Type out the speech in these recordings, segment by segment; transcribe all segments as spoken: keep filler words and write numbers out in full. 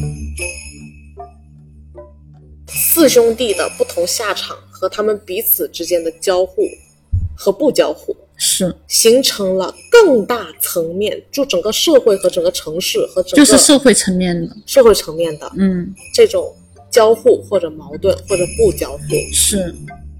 四兄弟的不同下场和他们彼此之间的交互和不交互， 是形成了更大层面，就整个社会和整个城市和整个就是社会层面的社会层面的嗯， 这种交互或者矛盾或者不交互。 是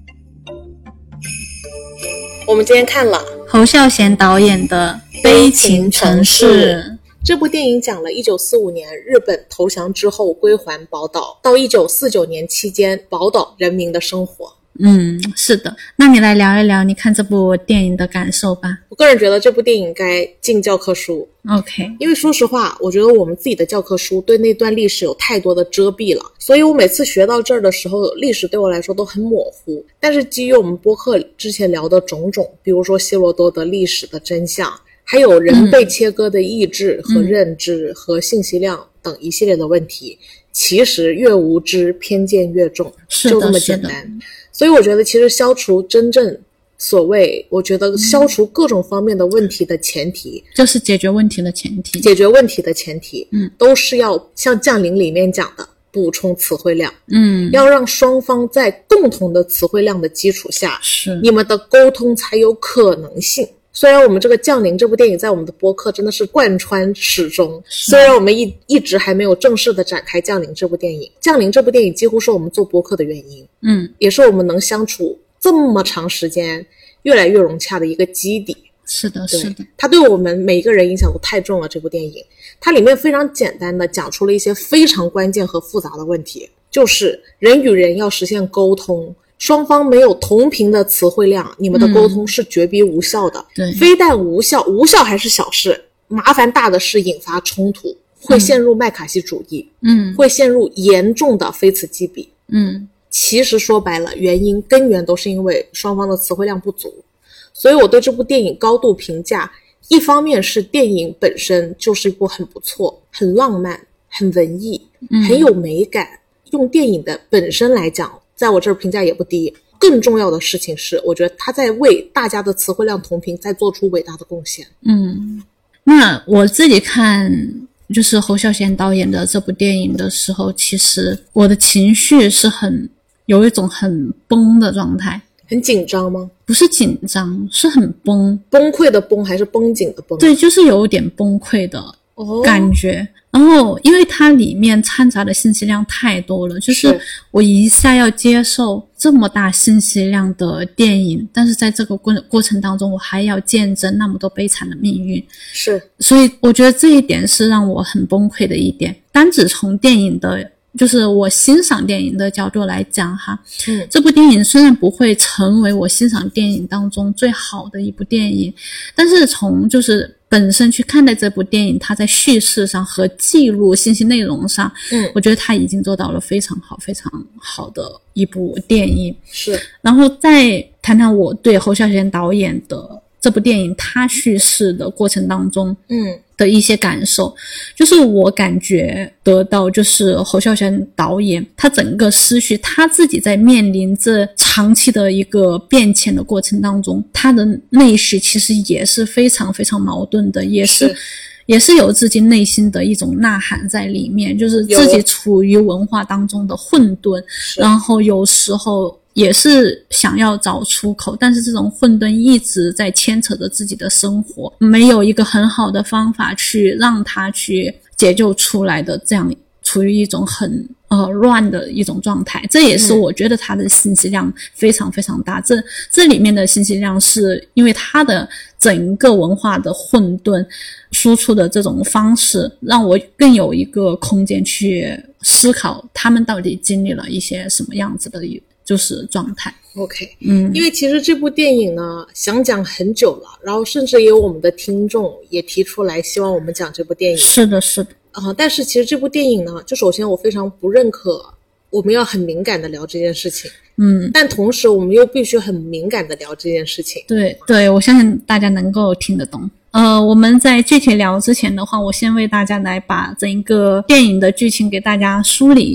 我们今天看了侯孝贤导演的《悲情城市》， 这部电影讲了一九四五年日本投降之后归还宝岛，到一九四九年期间宝岛人民的生活。 嗯，是的。那你来聊一聊你看这部电影的感受吧。 我个人觉得这部电影该进教科书。 OK， 因为说实话，我觉得我们自己的教科书对那段历史有太多的遮蔽了，所以我每次学到这儿的时候，历史对我来说都很模糊。但是基于我们播客之前聊的种种，比如说希罗多德历史的真相，还有人被切割的意志和认知和信息量等一系列的问题，其实越无知偏见越重，就这么简单。所以我觉得其实消除真正所谓我觉得消除各种方面的问题的前提、嗯、 就是解决问题的前提解决问题的前提嗯， 都是要像降临里面讲的补充词汇量， 嗯， 要让双方在共同的词汇量的基础下， 是你们的沟通才有可能性。虽然我们这个降临这部电影在我们的播客真的是贯穿始终，虽然我们一一直还没有正式的展开降临这部电影，降临这部电影几乎是我们做播客的原因， 嗯， 也是我们能相处这么长时间越来越融洽的一个基底。 是的是的， 它对我们每一个人影响都太重了。这部电影它里面非常简单的讲出了一些非常关键和复杂的问题，就是人与人要实现沟通，双方没有同频的词汇量，你们的沟通是绝逼无效的、 嗯、对， 非但无效，无效还是小事，麻烦大的是引发冲突，会陷入麦卡锡主义， 嗯， 会陷入严重的非此即彼， 嗯， 其实说白了原因根源都是因为双方的词汇量不足。所以我对这部电影高度评价，一方面是电影本身就是一部很不错、很浪漫、很文艺、很有美感、嗯、用电影的本身来讲，在我这儿评价也不低。更重要的事情是，我觉得他在为大家的词汇量同频在做出伟大的贡献。 嗯，那我自己看就是侯孝贤导演的这部电影的时候，其实我的情绪是很有一种很崩的状态。 很紧张吗？ 不是紧张，是很崩。 崩溃的崩还是绷紧的崩？ 对，就是有点崩溃的感觉、哦、然后因为它里面掺杂的信息量太多了，就是我一下要接受这么大信息量的电影，但是在这个过过程当中我还要见证那么多悲惨的命运， 是， 所以我觉得这一点是让我很崩溃的一点。单只从电影的就是我欣赏电影的角度来讲哈， 嗯， 这部电影虽然不会成为我欣赏电影当中最好的一部电影，但是从就是本身去看待这部电影，它在叙事上和记录信息内容上， 嗯， 我觉得它已经做到了非常好非常好的一部电影。 是， 然后再谈谈我对侯孝贤导演的这部电影他叙事的过程当中， 嗯， 的一些感受，就是我感觉得到，就是侯孝贤导演他整个思绪，他自己在面临着长期的一个变迁的过程当中，他的内绪其实也是非常非常矛盾的，也是, 是也是有自己内心的一种呐喊在里面，就是自己处于文化当中的混沌，然后有时候也是想要找出口，但是这种混沌一直在牵扯着自己的生活，没有一个很好的方法去让他去解救出来的，这样处于一种很呃乱的一种状态。这也是我觉得他的信息量非常非常大，这这里面的信息量是因为他的整个文化的混沌输出的这种方式，让我更有一个空间去思考他们到底经历了一些什么样子的就是状态。 OK， 嗯， 因为其实这部电影呢想讲很久了，然后甚至也有我们的听众也提出来希望我们讲这部电影。 是的是的啊、呃，但是其实这部电影呢，就首先我非常不认可我们要很敏感的聊这件事情， 嗯， 但同时我们又必须很敏感的聊这件事情。 对对，我相信大家能够听得懂。呃，我们在具体聊之前的话，我先为大家来把整个电影的剧情给大家梳理一下。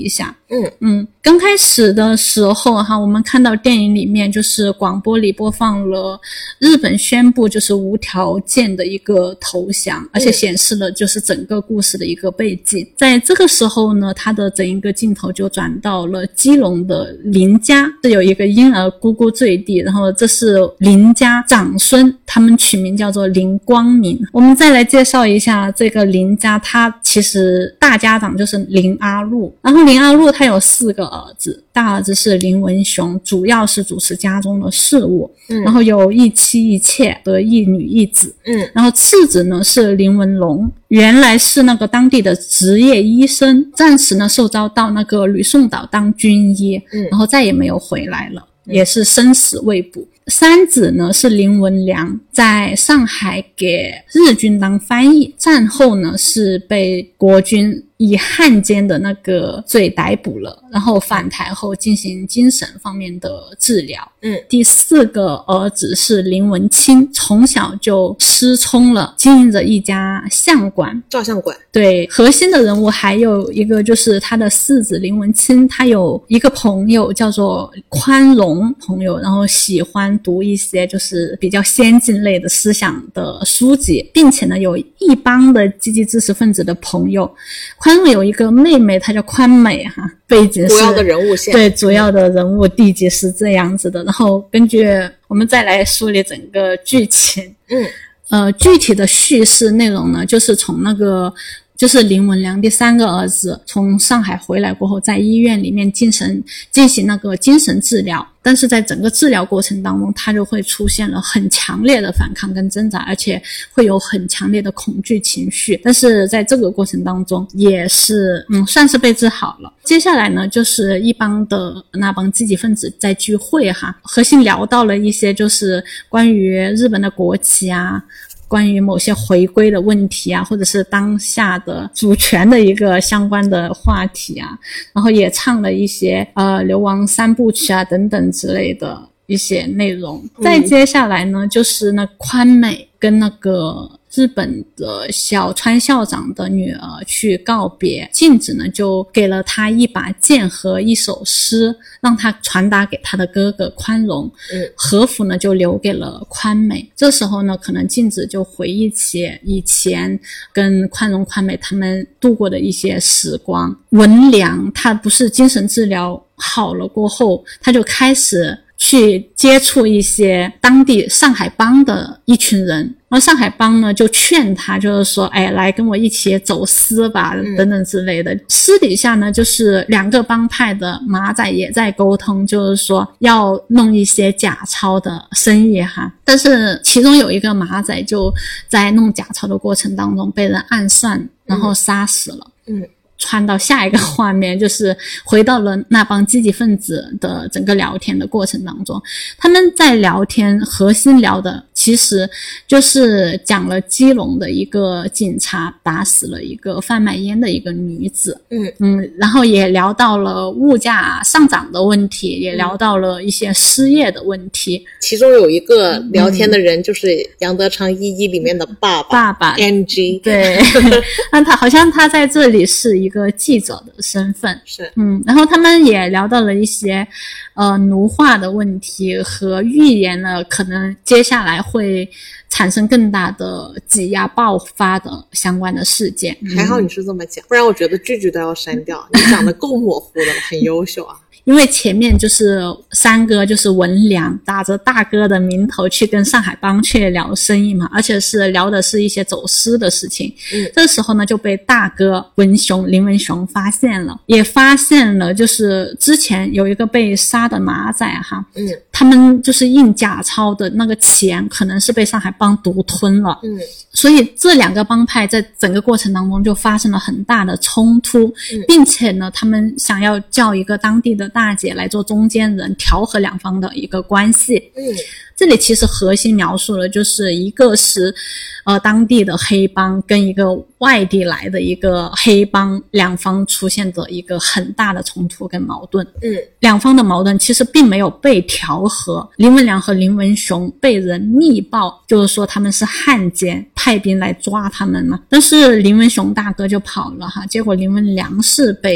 嗯嗯，刚开始的时候哈，我们看到电影里面就是广播里播放了日本宣布就是无条件的一个投降，而且显示了就是整个故事的一个背景。在这个时候呢，他的整一个镜头就转到了基隆的林家，是有一个婴儿咕咕坠地，然后这是林家长孙，他们取名叫做林光明。我们再来介绍一下这个林家，他其实大家长就是林阿禄，然后林阿禄他有四个儿子，大儿子是林文雄，主要是主持家中的事务，嗯，然后有一妻一妾的一女一子， 嗯， 然后次子呢是林文龙，原来是那个当地的职业医生，暂时呢受招到那个吕宋岛当军医，嗯，然后再也没有回来了，嗯，也是生死未卜。三子呢是林文良，在上海给日军当翻译，战后呢是被国军以汉奸的那个罪逮捕了，然后返台后进行精神方面的治疗。 嗯， 第四个儿子是林文清，从小就失聪了，经营着一家相馆， 照相馆。 对，核心的人物还有一个就是他的四子林文清，他有一个朋友叫做宽容朋友，然后喜欢读一些就是比较先进类的思想的书籍，并且呢有一帮的积极知识分子的朋友。宽容有一个妹妹，她叫宽美哈，背景是主要的人物线， 对，主要的人物地级是这样子的。然后根据我们再来梳理整个剧情， 嗯， 呃，具体的叙事内容呢，就是从那个。就是林文良第三个儿子从上海回来过后，在医院里面精神进行那个精神治疗，但是在整个治疗过程当中，他就会出现了很强烈的反抗跟挣扎，而且会有很强烈的恐惧情绪。但是在这个过程当中，也是嗯，算是被治好了。接下来呢，就是一帮的那帮积极分子在聚会哈，核心聊到了一些就是关于日本的国旗啊。关于某些回归的问题啊，或者是当下的主权的一个相关的话题啊，然后也唱了一些呃流亡三部曲啊等等之类的一些内容。嗯、再接下来呢，就是那宽美跟那个日本的小川校长的女儿去告别，静子呢就给了他一把剑和一首诗，让他传达给他的哥哥宽容。嗯，和服呢就留给了宽美。这时候呢，可能静子就回忆起以前跟宽容、宽美他们度过的一些时光。文良他不是精神治疗好了过后，他就开始去接触一些当地上海帮的一群人，而上海帮呢就劝他，就是说哎，来跟我一起走私吧、嗯、等等之类的。私底下呢就是两个帮派的马仔也在沟通，就是说要弄一些假钞的生意哈。但是其中有一个马仔就在弄假钞的过程当中被人暗算，然后杀死了。嗯，嗯穿到下一个画面，就是回到了那帮积极分子的整个聊天的过程当中。他们在聊天核心聊的其实就是讲了基隆的一个警察打死了一个贩卖烟的一个女子。嗯嗯，然后也聊到了物价上涨的问题，也聊到了一些失业的问题。 其中有一个聊天的人就是杨德昌一一里面的爸爸爸爸 N G。 对那他好像他在这里是一个记者的身份。 是嗯，然后他们也聊到了一些呃奴化的问题和预言了可能接下来会产生更大的挤压爆发的相关的事件。 还好你是这么讲、嗯、不然我觉得句句都要删掉。你讲的够模糊的了，很优秀啊。 因为前面就是三哥就是文良打着大哥的名头去跟上海帮去聊生意嘛，而且是聊的是一些走私的事情。嗯，这时候呢就被大哥文雄林文雄发现了，也发现了就是之前有一个被杀的马仔哈，嗯，他们就是印假钞的那个钱可能是被上海帮独吞了。嗯，所以这两个帮派在整个过程当中就发生了很大的冲突。嗯，并且呢他们想要叫一个当地的大姐来做中间人，调和两方的一个关系。嗯，这里其实核心描述了就是一个是呃当地的黑帮跟一个外地来的一个黑帮，两方出现的一个很大的冲突跟矛盾。嗯，两方的矛盾其实并没有被调和。林文良和林文雄被人密报，就是说他们是汉奸，派兵来抓他们嘛。但是林文雄大哥就跑了哈，结果林文良是被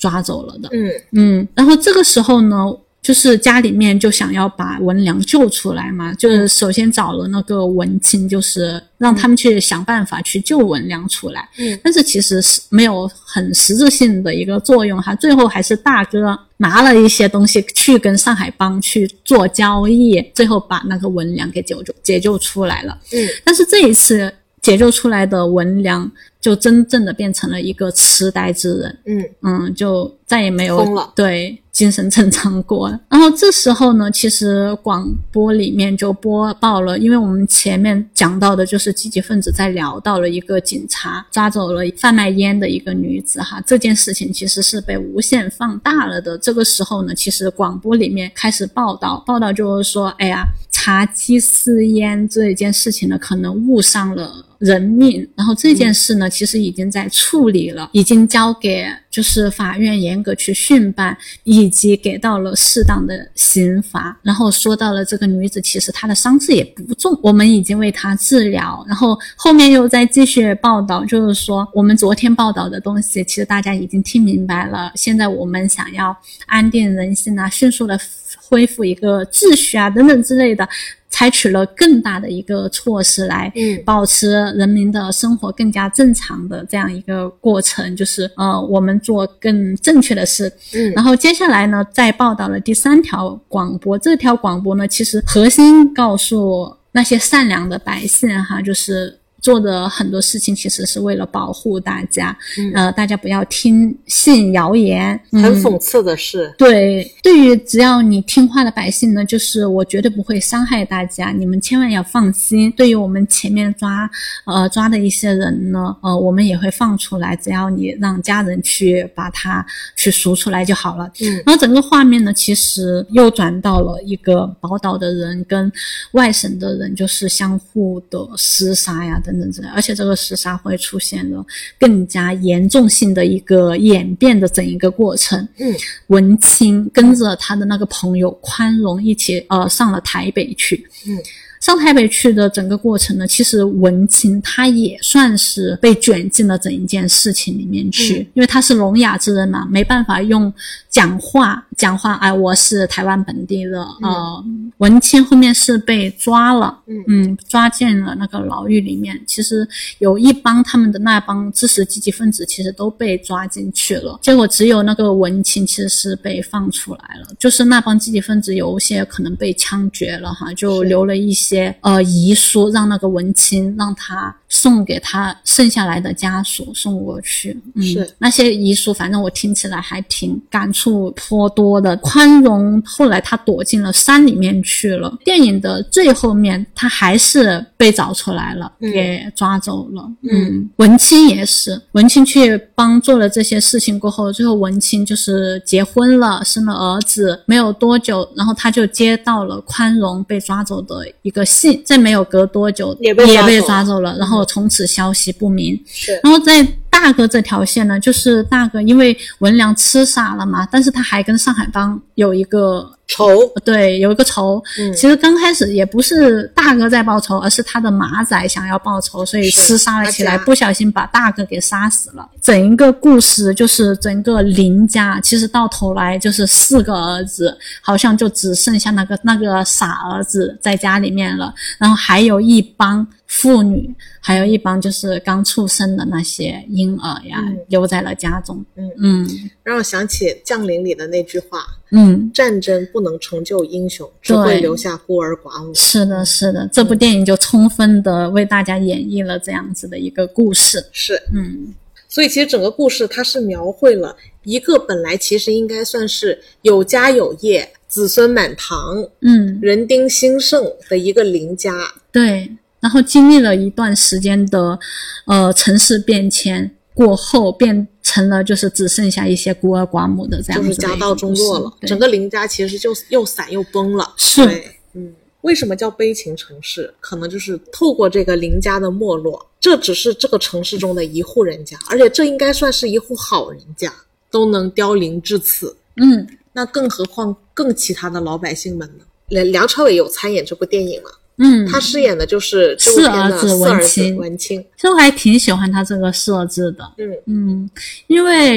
抓走了的。 嗯嗯，然后这个时候呢，就是家里面就想要把文良救出来嘛，就是首先找了那个文清，就是让他们去想办法去救文良出来。 嗯， 但是其实是没有很实质性的一个作用哈，最后还是大哥拿了一些东西去跟上海帮去做交易，最后把那个文良给解救解救出来了。 嗯， 但是这一次解救出来的文良就真正的变成了一个痴呆之人。 嗯嗯，就再也没有疯了， 对精神正常过。然后这时候呢，其实广播里面就播报了，因为我们前面讲到的就是积极分子在聊到了一个警察抓走了贩卖烟的一个女子哈，这件事情其实是被无限放大了的。这个时候呢，其实广播里面开始报道，报道就是说，哎呀，茶几私烟这一件事情呢，可能误伤了人命，然后这件事呢、嗯、其实已经在处理了，已经交给就是法院严格去训办，以及给到了适当的刑罚。然后说到了这个女子其实她的伤势也不重，我们已经为她治疗。然后后面又再继续报道，就是说我们昨天报道的东西其实大家已经听明白了，现在我们想要安定人心啊，迅速的恢复一个秩序啊等等之类的，采取了更大的一个措施来保持人民的生活更加正常的这样一个过程，就是呃我们做更正确的事。 嗯， 然后接下来呢再报道了第三条广播，这条广播呢其实核心告诉那些善良的百姓哈，就是做的很多事情其实是为了保护大家、嗯、呃，大家不要听信谣言、 嗯、很讽刺的是， 对，对于只要你听话的百姓呢，就是我绝对不会伤害大家，你们千万要放心。对于我们前面抓呃抓的一些人呢，呃，我们也会放出来，只要你让家人去把他去赎出来就好了。 嗯， 然后整个画面呢，其实又转到了一个宝岛的人跟外省的人就是相互的厮杀呀等等之类，而且这个厮杀会出现了更加严重性的一个演变的整一个过程。 嗯， 文清跟着他的那个朋友宽容一起呃上了台北去。 嗯， 上台北去的整个过程呢，其实文清他也算是被卷进了整一件事情里面去、嗯、因为他是聋哑之人嘛，没办法用讲话讲话哎，我是台湾本地的、嗯、呃，文清后面是被抓了， 嗯嗯，抓进了那个牢狱里面。其实有一帮他们的那帮支持积极分子其实都被抓进去了，结果只有那个文清其实是被放出来了，就是那帮积极分子有些可能被枪决了哈，就留了一些呃遗书，让那个文清让他送给他剩下来的家属送过去。嗯， 是那些遗书反正我听起来还挺感触颇多的。宽容后来他躲进了山里面去了，电影的最后面他还是被找出来了、嗯、给抓走了。嗯，嗯文清也是，文清去帮做了这些事情过后，最后文清就是结婚了，生了儿子，没有多久然后他就接到了宽容被抓走的一个信，再没有隔多久也被抓走了， 也被抓走了，然后从此消息不明。 是， 然后在大哥这条线呢，就是大哥因为文良痴傻了嘛，但是他还跟上海帮有一个仇， 对，有一个仇、嗯、其实刚开始也不是大哥在报仇，而是他的马仔想要报仇，所以厮杀了起来，不小心把大哥给杀死了。整一个故事就是整个林家其实到头来就是四个儿子，好像就只剩下那个那个傻儿子在家里面了，然后还有一帮妇女，还有一帮就是刚出生的那些婴儿呀、嗯、留在了家中。 嗯嗯， 让我想起将领里的那句话， 嗯， 战争不能成就英雄，只会留下孤儿寡母。 是的是的，这部电影就充分的为大家演绎了这样子的一个故事。 是， 嗯， 所以其实整个故事它是描绘了一个本来其实应该算是有家有业子孙满堂， 嗯， 人丁兴盛的一个林家。 对，然后经历了一段时间的呃城市变迁过后，变成了就是只剩下一些孤儿寡母的这样子的， 就是家道中落了，整个林家其实就又散又崩了。 是， 对，嗯，为什么叫悲情城市？可能就是透过这个林家的没落，这只是这个城市中的一户人家，而且这应该算是一户好人家，都能凋零至此。 嗯， 那更何况更其他的老百姓们呢？梁朝伟有参演这部电影吗？ 嗯， 他饰演的就是这部片的四儿子文清。 其实我还挺喜欢他这个设置的。 嗯嗯，因为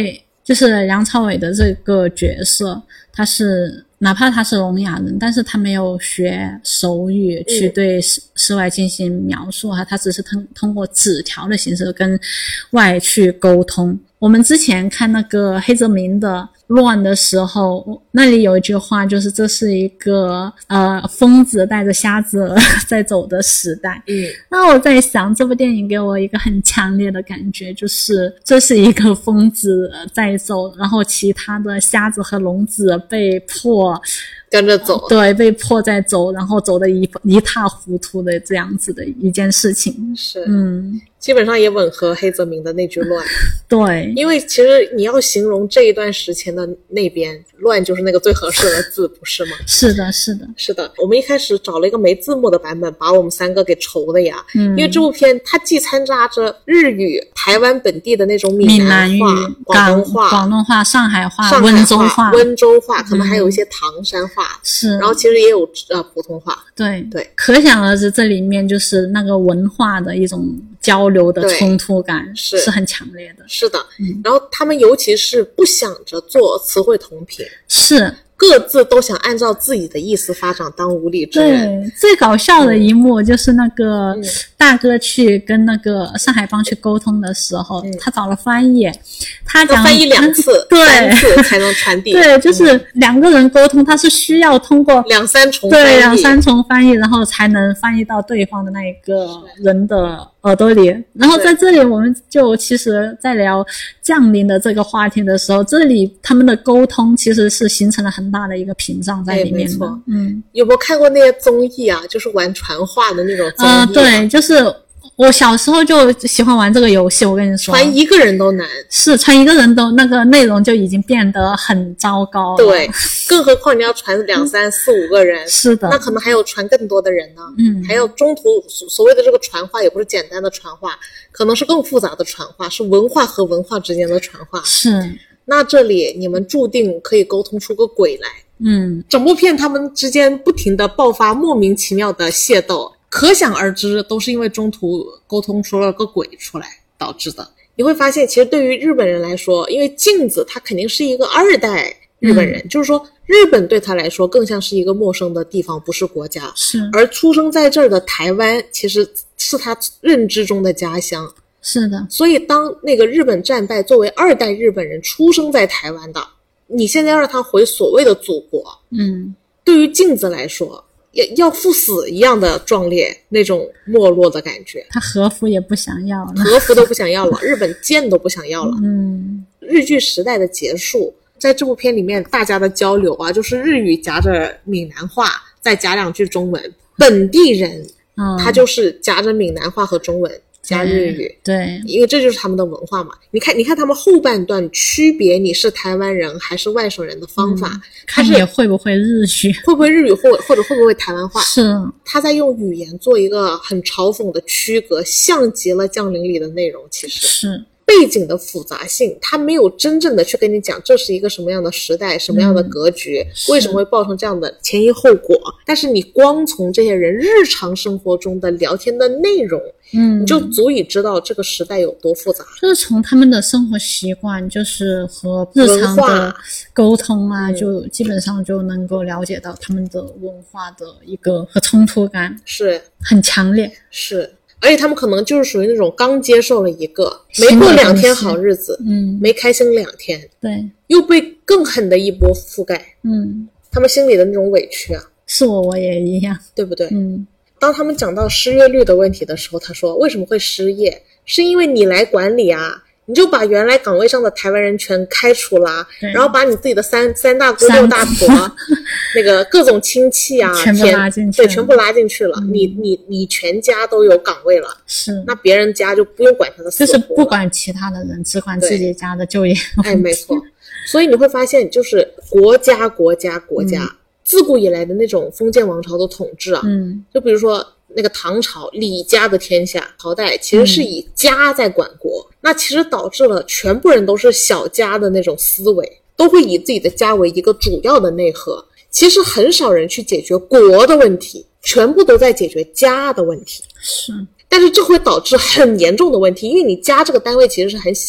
就是梁朝伟的这个角色，他是哪怕他是聋哑人，但是他没有学手语去对室室外进行描述啊，他只是通通过纸条的形式跟外去沟通。我们之前看那个黑泽明的乱的时候，那里有一句话，就是这是一个呃疯子带着瞎子在走的时代。 嗯， 那我在想，这部电影给我一个很强烈的感觉，就是这是一个疯子在走，然后其他的瞎子和聋子被迫跟着走， 对，被迫在走，然后走得一一塌糊涂的这样子的一件事情。 是， 嗯， 基本上也吻合黑泽明的那句乱。 对， 因为其实你要形容这一段时间的那边，乱就是那个最合适的字，不是吗？ 是的，是的， 是的。我们一开始找了一个没字幕的版本，把我们三个给愁的呀。 嗯， 因为这部片它既掺杂着日语、台湾本地的那种闽南话、广东话、 广东话、上海话、 上海温州话、 温州话，可能还有一些唐山话。 嗯、是， 然后其实也有呃普通话。 对对， 可想而知，这里面就是那个文化的一种交流的冲突感是是很强烈的。 是的， 嗯， 然后他们尤其是不想着做词汇同频， 是各自都想按照自己的意思发展，当无理之人。 对，最搞笑的一幕就是那个大哥去跟那个上海帮去沟通的时候，嗯、他找了翻译，他讲翻译两次、 对三次才能传递。 对，就是两个人沟通，他是需要通过两三重翻译， 对，两三重翻译，然后才能翻译到对方的那一个人的耳朵里。然后在这里，我们就其实在聊降临的这个话题的时候，这里他们的沟通其实是形成了很大的一个屏障在里面的。 哎、 嗯， 有没有看过那些综艺啊？就是玩传话的那种综艺、啊。 呃，对，就是我小时候就喜欢玩这个游戏。我跟你说， 传一个人都难， 是传一个人都那个内容就已经变得很糟糕了。 对，更何况你要传两三四五个人， 是的， 那可能还有传更多的人呢。 嗯， 还有中途所谓的这个传话，也不是简单的传话，可能是更复杂的传话，是文化和文化之间的传话。 是， 那这里你们注定可以沟通出个鬼来。 嗯， 整部片他们之间不停地爆发莫名其妙的械斗，可想而知都是因为中途沟通出了个鬼出来导致的。你会发现其实对于日本人来说，因为镜子他肯定是一个二代日本人、嗯、就是说日本对他来说更像是一个陌生的地方，不是国家。 是， 而出生在这儿的台湾其实是他认知中的家乡。 是的，所以当那个日本战败作为二代日本人出生在台湾的，你现在让他回所谓的祖国， 嗯， 对于镜子来说也要赴死一样的壮烈，那种没落的感觉。 他和服也不想要了， 和服都不想要了，日本剑都不想要了。 嗯， 日据时代的结束，在这部片里面大家的交流啊，就是日语夹着闽南话，再夹两句中文。本地人， 嗯， 他就是夹着闽南话和中文。加日语， 对， 因为这就是他们的文化嘛。你看，你看他们后半段区别你是台湾人还是外省人的方法， 嗯、看你会不会日语， 会不会日语，或或者会不会台湾话。 是， 他在用语言做一个很嘲讽的区隔，像极了降临里的内容。其实是背景的复杂性，他没有真正的去跟你讲这是一个什么样的时代，什么样的格局，嗯、为什么会爆成这样的前因后果。但是你光从这些人日常生活中的聊天的内容， 嗯， 你就足以知道这个时代有多复杂。 就是从他们的生活习惯，就是和日常的沟通啊，就基本上就能够了解到他们的文化的一个和冲突感是很强烈。 是，而且他们可能就是属于那种刚接受了一个没过两天好日子， 嗯， 没开心两天， 对， 又被更狠的一波覆盖， 嗯， 他们心里的那种委屈啊， 是我我也一样， 对不对？ 嗯。 当他们讲到失业率的问题的时候，他说为什么会失业，是因为你来管理啊，你就把原来岗位上的台湾人全开除啦，然后把你自己的三三大姑六大婆那个各种亲戚啊全部拉进去了，对，全部拉进去了，嗯、你你你全家都有岗位了， 是， 那别人家就不用管他的死活了， 就是不管其他的人，只管自己家的就业。 哎，没错。所以你会发现，就是国家国家国家、嗯、自古以来的那种封建王朝的统治啊， 嗯， 就比如说那个唐朝李家的天下朝代，其实是以家在管国、嗯、那其实导致了全部人都是小家的那种思维，都会以自己的家为一个主要的内核，其实很少人去解决国的问题，全部都在解决家的问题。 是， 但是这会导致很严重的问题，因为你家这个单位其实是很小的，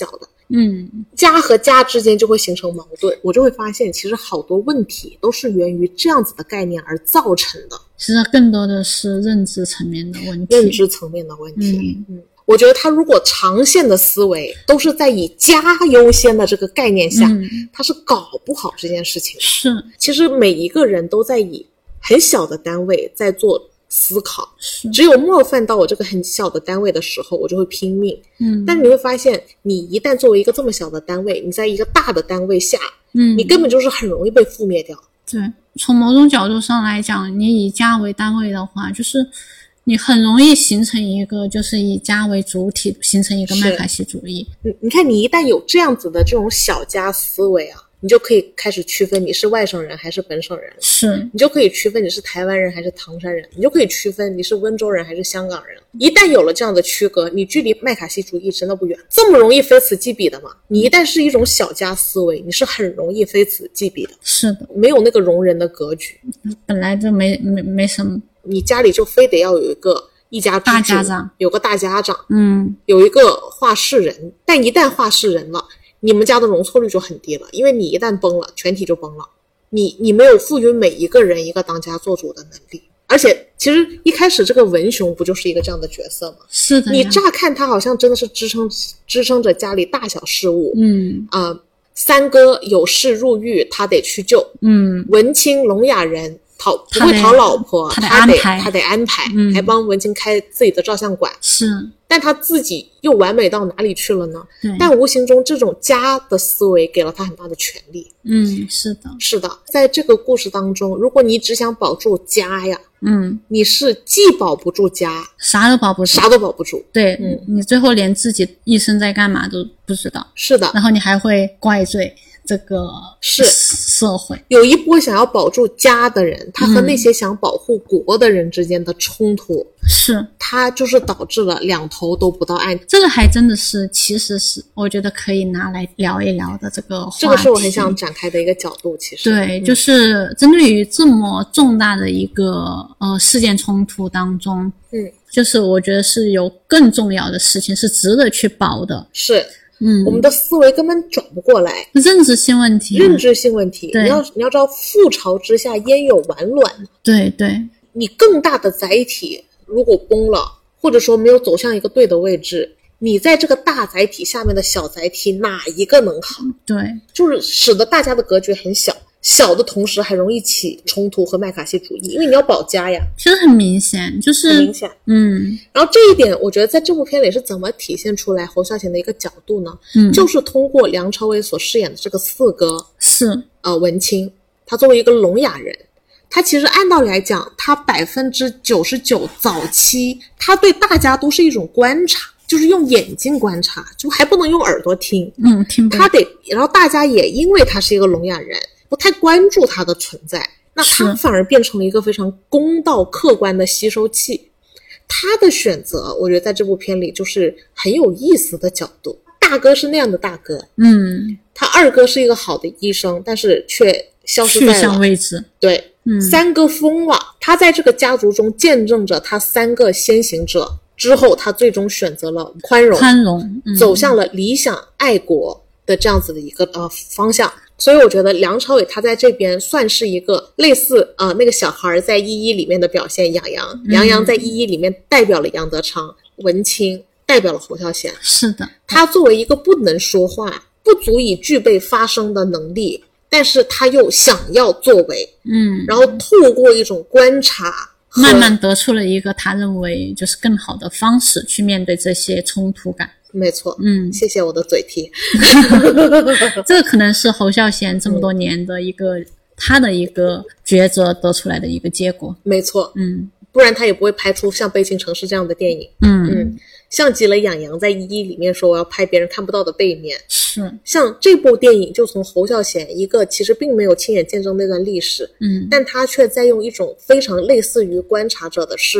嗯， 家和家之间就会形成矛盾，我就会发现其实好多问题都是源于这样子的概念而造成的。 其实更多的是认知层面的问题， 认知层面的问题。 嗯嗯，我觉得他如果长线的思维都是在以家优先的这个概念下， 嗯， 他是搞不好这件事情的。 是， 其实每一个人都在以很小的单位在做思考， 是， 只有冒犯到我这个很小的单位的时候，我就会拼命。 嗯， 但你会发现，你一旦作为一个这么小的单位，你在一个大的单位下， 嗯， 你根本就是很容易被覆灭掉。 对，从某种角度上来讲，你以家为单位的话，就是你很容易形成一个就是以家为主体，形成一个麦卡锡主义。 你你看，你一旦有这样子的这种小家思维啊，你就可以开始区分你是外省人还是本省人， 是， 你就可以区分你是台湾人还是唐山人，你就可以区分你是温州人还是香港人。一旦有了这样的区隔，你距离麦卡锡主义真的不远。这么容易非此即彼的嘛？你一旦是一种小家思维，你是很容易非此即彼的。 是的， 没有那个容人的格局， 本来就没没没什么。 你家里就非得要有一个一家之主， 大家长， 有个大家长， 嗯， 有一个话事人。但一旦话事人了，你们家的容错率就很低了，因为你一旦崩了，全体就崩了。你你没有赋予每一个人一个当家做主的能力。而且其实一开始这个文雄不就是一个这样的角色吗？ 是的， 你乍看他好像真的是支撑支撑着家里大小事务， 嗯啊、呃，三哥有事入狱，他得去救， 嗯， 文清聋哑人讨不会讨老婆， 他得他得安排他得安排， 嗯， 还帮文清开自己的照相馆， 是， 但他自己又完美到哪里去了呢？ 对， 但无形中这种家的思维给了他很大的权利。 嗯，是的， 是的，在这个故事当中，如果你只想保住家呀， 嗯， 你是既保不住家， 啥都保不住， 啥都保不住。 对， 嗯， 你最后连自己一生在干嘛都不知道。 是的， 然后你还会怪罪这个是社会。 有一波想要保住家的人，他和那些想保护国的人之间的冲突， 嗯、是它就是导致了两头都不到岸。 这个还真的是，其实是我觉得可以拿来聊一聊的这个话题。 这个是我很想展开的一个角度。其实对， 嗯、 就是针对于这么重大的一个呃事件冲突当中， 嗯， 就是我觉得是有更重要的事情是值得去保的。 是。 嗯， 我们的思维根本转不过来， 认知性问题， 认知性问题。你要你要知道，覆巢之下焉有完卵？ 对对， 你更大的载体如果崩了，或者说没有走向一个对的位置，你在这个大载体下面的小载体哪一个能好？ 对， 就是使得大家的格局很小。小的同时还容易起冲突和麦卡锡主义，因为你要保家呀。 其实很明显，就是很明显， 嗯。 然后这一点，我觉得在这部片里是怎么体现出来侯孝贤的一个角度呢？ 嗯， 就是通过梁朝伟所饰演的这个四哥， 是呃文清，他作为一个聋哑人，他其实按道理来讲，他百分之九十九早期，他对大家都是一种观察。就是用眼睛观察，就还不能用耳朵听。 嗯，听不。 他得，然后大家也因为他是一个聋哑人，不太关注他的存在，那他反而变成了一个非常公道客观的吸收器。他的选择，我觉得在这部片里就是很有意思的角度。大哥是那样的大哥， 嗯， 他二哥是一个好的医生，但是却消失在了去向未知。 对， 嗯， 三哥疯了，他在这个家族中见证着他三个先行者。之后他最终选择了宽容宽容、 嗯、走向了理想爱国的这样子的一个呃方向。所以我觉得梁朝伟他在这边算是一个类似呃那个小孩在一一里面的表现，杨洋杨洋在一一里面代表了杨德昌，文清代表了侯孝贤。 是的， 他作为一个不能说话，不足以具备发声的能力，但是他又想要作为， 嗯， 然后透过一种观察慢慢得出了一个他认为就是更好的方式去面对这些冲突感。 没错， 嗯， 谢谢我的嘴替。 这个可能是侯孝贤这么多年的一个、嗯、他的一个抉择得出来的一个结果。 没错， 嗯， 不然他也不会拍出像《悲情城市》这样的电影。 嗯嗯，像极了杨洋在一一里面说我要拍别人看不到的背面。 是， 像这部电影就从侯孝贤一个其实并没有亲眼见证那段历史， 嗯， 但他却在用一种非常类似于观察者的视角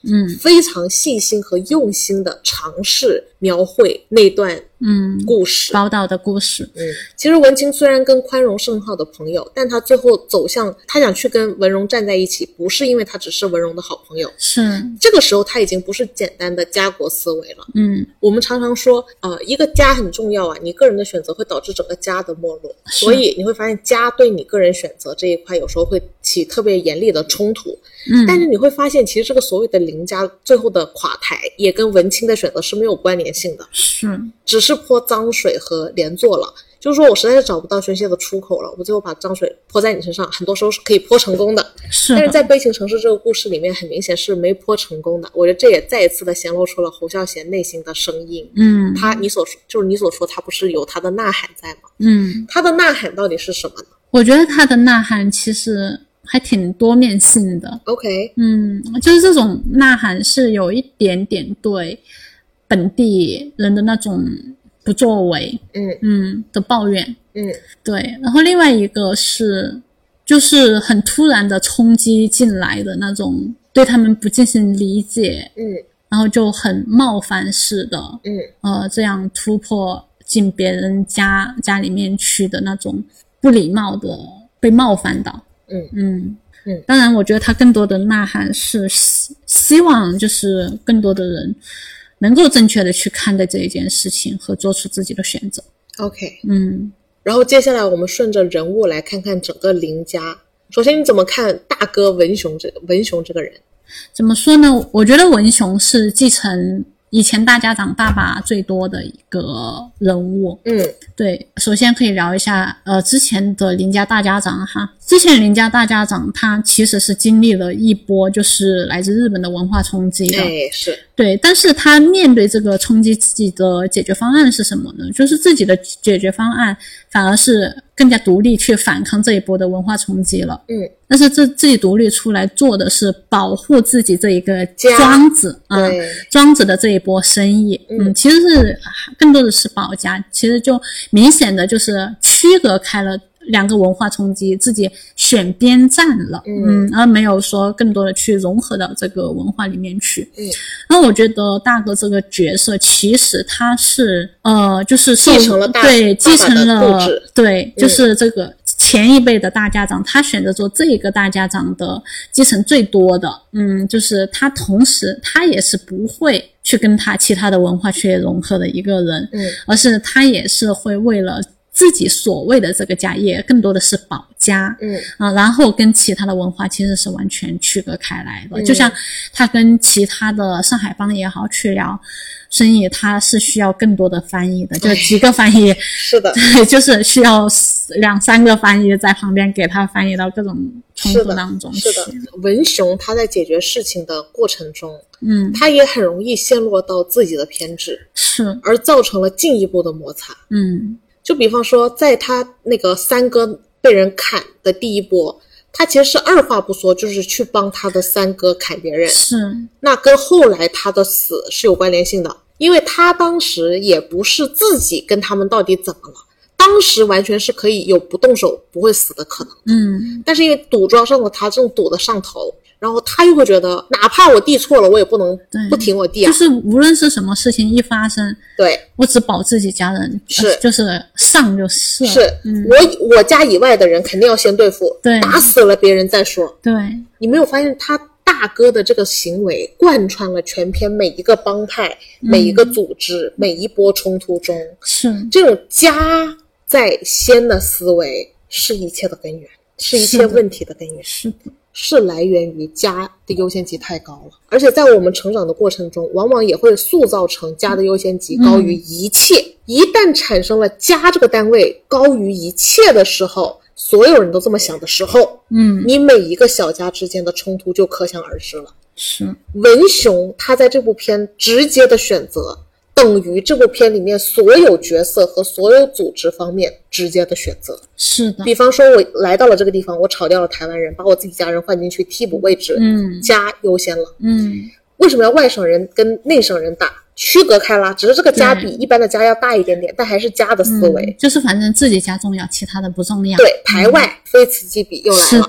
嗯， 非常细心和用心的尝试描绘那段嗯故事， 宝岛的故事。 嗯，其实文清虽然跟宽容甚好的朋友，但他最后走向他想去跟文荣站在一起，不是因为他只是文荣的好朋友， 是这个时候他已经不是简单的家国思维了。 嗯， 我们常常说呃，一个家很重要啊，你个人的选择会导致整个家的没落，所以你会发现家对你个人选择这一块有时候会起特别严厉的冲突。 嗯， 但是你会发现其实这个所谓的林家最后的垮台也跟文清的选择是没有关联性的， 是只是泼脏水和连坐了，就是说我实在是找不到宣泄的出口了，我最后把脏水泼在你身上，很多时候是可以泼成功的， 是的。 但是在悲情城市这个故事里面很明显是没泼成功的，我觉得这也再一次的显露出了侯孝贤内心的声音。 嗯， 他你所说就是你所说他不是有他的呐喊在吗？ 嗯， 他的呐喊到底是什么呢？ 我觉得他的呐喊其实还挺多面性的。 OK， 嗯，就是这种呐喊是有一点点对本地人的那种不作为嗯嗯的抱怨。 嗯， 对，然后另外一个是就是很突然的冲击进来的那种对他们不进行理解， 嗯， 然后就很冒犯式的嗯呃这样突破进别人家家里面去的那种不礼貌的被冒犯到。 嗯嗯嗯， 当然我觉得他更多的呐喊是希希望就是更多的人能够正确的去看待这一件事情和做出自己的选择。 OK， 嗯， 然后接下来我们顺着人物来看看整个林家。首先你怎么看大哥文雄这个文雄这个人？ 怎么说呢，我觉得文雄是继承以前大家长爸爸最多的一个人物。 嗯， 对，首先可以聊一下呃之前的林家大家长哈。之前林家大家长他其实是经历了一波就是来自日本的文化冲击的。 哎，是。 对，但是他面对这个冲击，自己的解决方案是什么呢？就是自己的解决方案反而是更加独立去反抗这一波的文化冲击了。 嗯， 但是这自己独立出来做的是保护自己这一个庄子啊，庄子的这一波生意。嗯，其实是更多的是保家，其实就明显的就是区隔开了两个文化冲击，自己选边站了。嗯，而没有说更多的去融合到这个文化里面去。 嗯， 然后我觉得大哥这个角色其实他是呃就是继承了大对继承了对、 嗯、 就是这个前一辈的大家长，他选择做这个大家长的继承最多的。嗯，就是他同时他也是不会去跟他其他的文化去融合的一个人。 嗯， 而是他也是会为了自己所谓的这个家业更多的是保家。 嗯啊，然后跟其他的文化其实是完全区隔开来的。 嗯、 就像他跟其他的上海帮也好去聊生意，他是需要更多的翻译的，就几个翻译。 是的， 对，就是需要两三个翻译在旁边给他翻译到各种冲突当中去。 是的，是的。文雄他在解决事情的过程中， 嗯， 他也很容易陷落到自己的偏执， 是， 而造成了进一步的摩擦。 嗯， 就比方说在他那个三哥被人砍的第一波，他其实是二话不说就是去帮他的三哥砍别人。 是， 那跟后来他的死是有关联性的，因为他当时也不是自己跟他们到底怎么了，当时完全是可以有不动手不会死的可能。 嗯， 但是因为赌庄上的他正赌得上头，然后他又会觉得哪怕我弟错了我也不能不挺我弟啊， 就是无论是什么事情一发生， 对， 我只保自己家人， 是、 呃、就是上就是是、嗯、我我家以外的人肯定要先对付， 对， 打死了别人再说。 对， 你没有发现他大哥的这个行为贯穿了全篇每一个帮派、嗯、每一个组织、每一波冲突中， 是这种家在先的思维是一切的根源，是一切问题的根源， 是的， 是来源于家的优先级太高了，而且在我们成长的过程中往往也会塑造成家的优先级高于一切、嗯、一旦产生了家这个单位高于一切的时候，所有人都这么想的时候， 嗯， 你每一个小家之间的冲突就可想而知了。 是， 文雄他在这部片直接的选择等于这部片里面所有角色和所有组织方面直接的选择。 是的， 比方说我来到了这个地方，我炒掉了台湾人，把我自己家人换进去替补位置， 嗯， 家优先了。 嗯， 为什么要外省人跟内省人打？区隔开了，只是这个家比一般的家要大一点点，但还是家的思维、 嗯、就是反正自己家重要，其他的不重要。 对，排外、嗯、非此即彼又来了。 是的，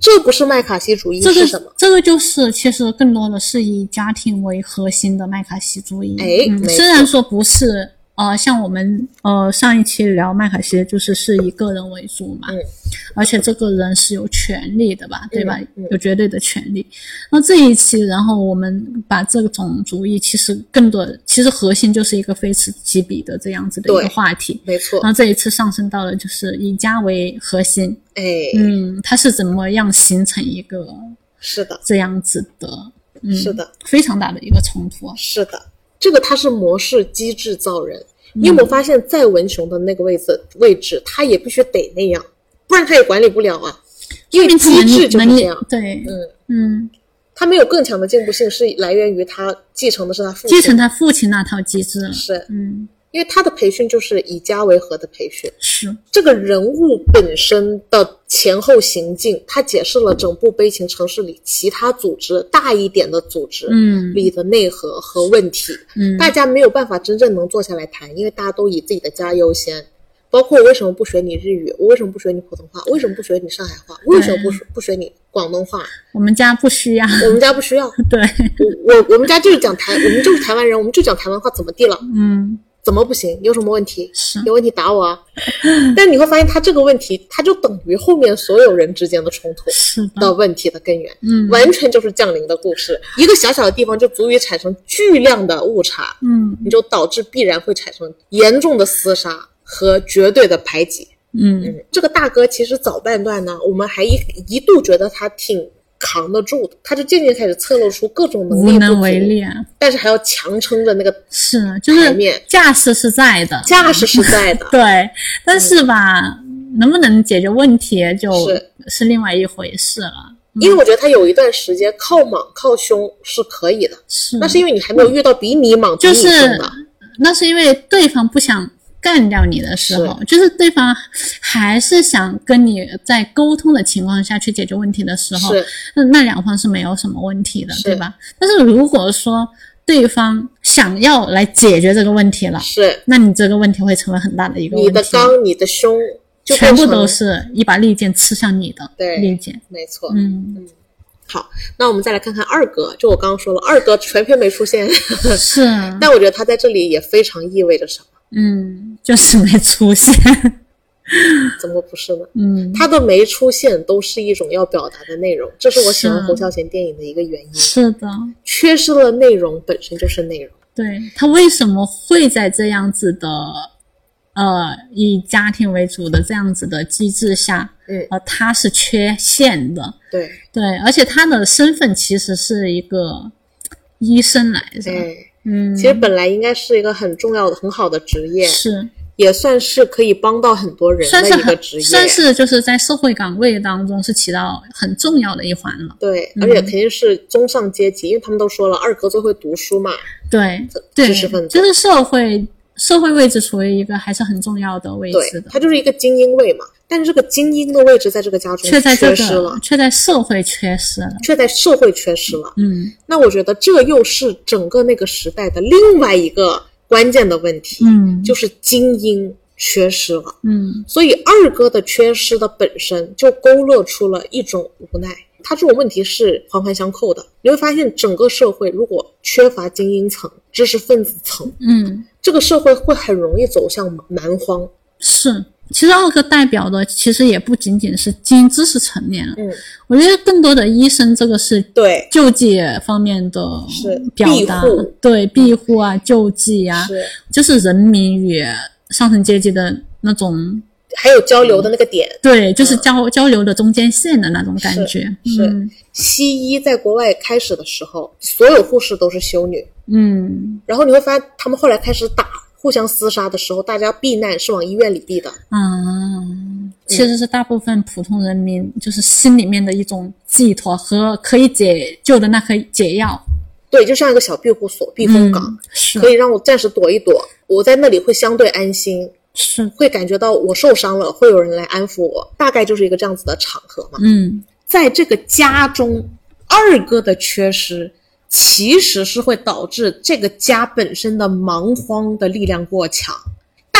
这不是麦卡锡主义这个是什么？ 这个就是其实更多的是以家庭为核心的麦卡锡主义。 哎， 嗯，虽然说不是呃像我们呃上一期聊麦卡锡就是是以个人为主嘛， 嗯， 而且这个人是有权利的吧，对吧？ 嗯嗯、 有绝对的权利。那这一期然后我们把这种主义其实更多其实核心就是一个非此即彼的这样子的一个话题， 没错。 然后这一次上升到了就是以家为核心， 哎， 嗯，它是怎么样形成一个是的这样子的，嗯， 是的， 非常大的一个冲突啊。 是的，这个它是模式机制造人。你有没有发现，在文雄的那个位置位置，他也必须得那样，不然他也管理不了啊。因为机制就是这样。 对， 嗯嗯， 他没有更强的进步性，是来源于他继承的是他父亲， 继承他父亲那套机制了。 是， 嗯， 因为他的培训就是以家为核的培训。 是这个人物本身的前后行径，他解释了整部悲情城市里其他组织大一点的组织嗯里的内核和问题。 嗯， 大家没有办法真正能坐下来谈，因为大家都以自己的家优先。包括我为什么不学你日语，我为什么不学你普通话，我为什么不学你上海话，我为什么不不学你广东话？ 我们家不需要， 我们家不需要。 对， 我我我们家就是讲台，我们就是台湾人，我们就讲台湾话，怎么地了？ 嗯， 怎么不行？有什么问题？ 是有问题打我啊！但你会发现，他这个问题，它就等于后面所有人之间的冲突是的问题的根源， 嗯， 完全就是降临的故事。一个小小的地方就足以产生巨量的误差， 嗯， 你就导致必然会产生严重的厮杀和绝对的排挤。 嗯嗯，这个大哥其实早半段呢，我们还一一度觉得他挺扛得住的，他就渐渐开始侧露出各种能力无能为力啊， 但是还要强撑着那个是就是架势是在的， 架势是在的， 对，但是吧、嗯，能不能解决问题就是是另外一回事了。 因为我觉得他有一段时间靠莽靠凶是可以的， 是， 那是因为你还没有遇到比你莽比你凶的、 就是、那是因为对方不想干掉你的时候，是就是对方还是想跟你在沟通的情况下去解决问题的时候，那那两方是没有什么问题的，对吧？但是如果说对方想要来解决这个问题了， 是， 那你这个问题会成为很大的一个问题。 你的刚，你的凶，就全部都是一把利剑刺向你的利剑， 没错。 嗯嗯，好，那我们再来看看二哥。就我刚刚说了，二哥全篇没出现， 是， 但我觉得他在这里也非常意味着什么。 嗯，就是没出现。 怎么不是呢？ 嗯， 他的没出现都是一种要表达的内容，这是我喜欢侯孝贤电影的一个原因。 是的， 缺失了内容本身就是内容。 对，他为什么会在这样子的呃以家庭为主的这样子的机制下， 嗯， 呃，他是缺陷的。 对对，而且他的身份其实是一个医生来着。 对。 嗯， 其实本来应该是一个很重要的很好的职业， 是也算是可以帮到很多人的一个职业， 算是, 算是就是在社会岗位当中是起到很重要的一环了。 对，而且肯定是中上阶级、嗯、因为他们都说了二哥最会读书嘛， 对知识分子就是社会社会位置处于一个还是很重要的位置的， 对，他就是一个精英位嘛，但是这个精英的位置在这个家中却在这个缺失了， 却在社会缺失了， 却在社会缺失了。 嗯， 那我觉得这又是整个那个时代的另外一个关键的问题， 嗯， 就是精英缺失了。 嗯， 所以二哥的缺失的本身就勾勒出了一种无奈，他这种问题是环环相扣的。你会发现整个社会如果缺乏精英层、知识分子层， 嗯， 这个社会会很容易走向蛮荒。 是，其实二哥代表的其实也不仅仅是精英知识层面， 嗯， 我觉得更多的医生这个是对救济方面的表达， 庇护， 对庇护啊、救济啊， 是就是人民与上层阶级的那种。 还有交流的那个点， 对，就是交、嗯、交流的中间线的那种感觉。 是，是、嗯、西医在国外开始的时候，所有护士都是修女， 嗯， 然后你会发现他们后来开始打互相厮杀的时候，大家避难是往医院里避的。 啊，其实是大部分普通人民就是心里面的一种寄托和可以解救的那颗解药。 对，就像一个小庇护所、避风港、 嗯、是可以让我暂时躲一躲，我在那里会相对安心。 是会感觉到我受伤了，会有人来安抚我，大概就是一个这样子的场合嘛。 嗯， 在这个家中，二哥的缺失其实是会导致这个家本身的蛮荒的力量过强。大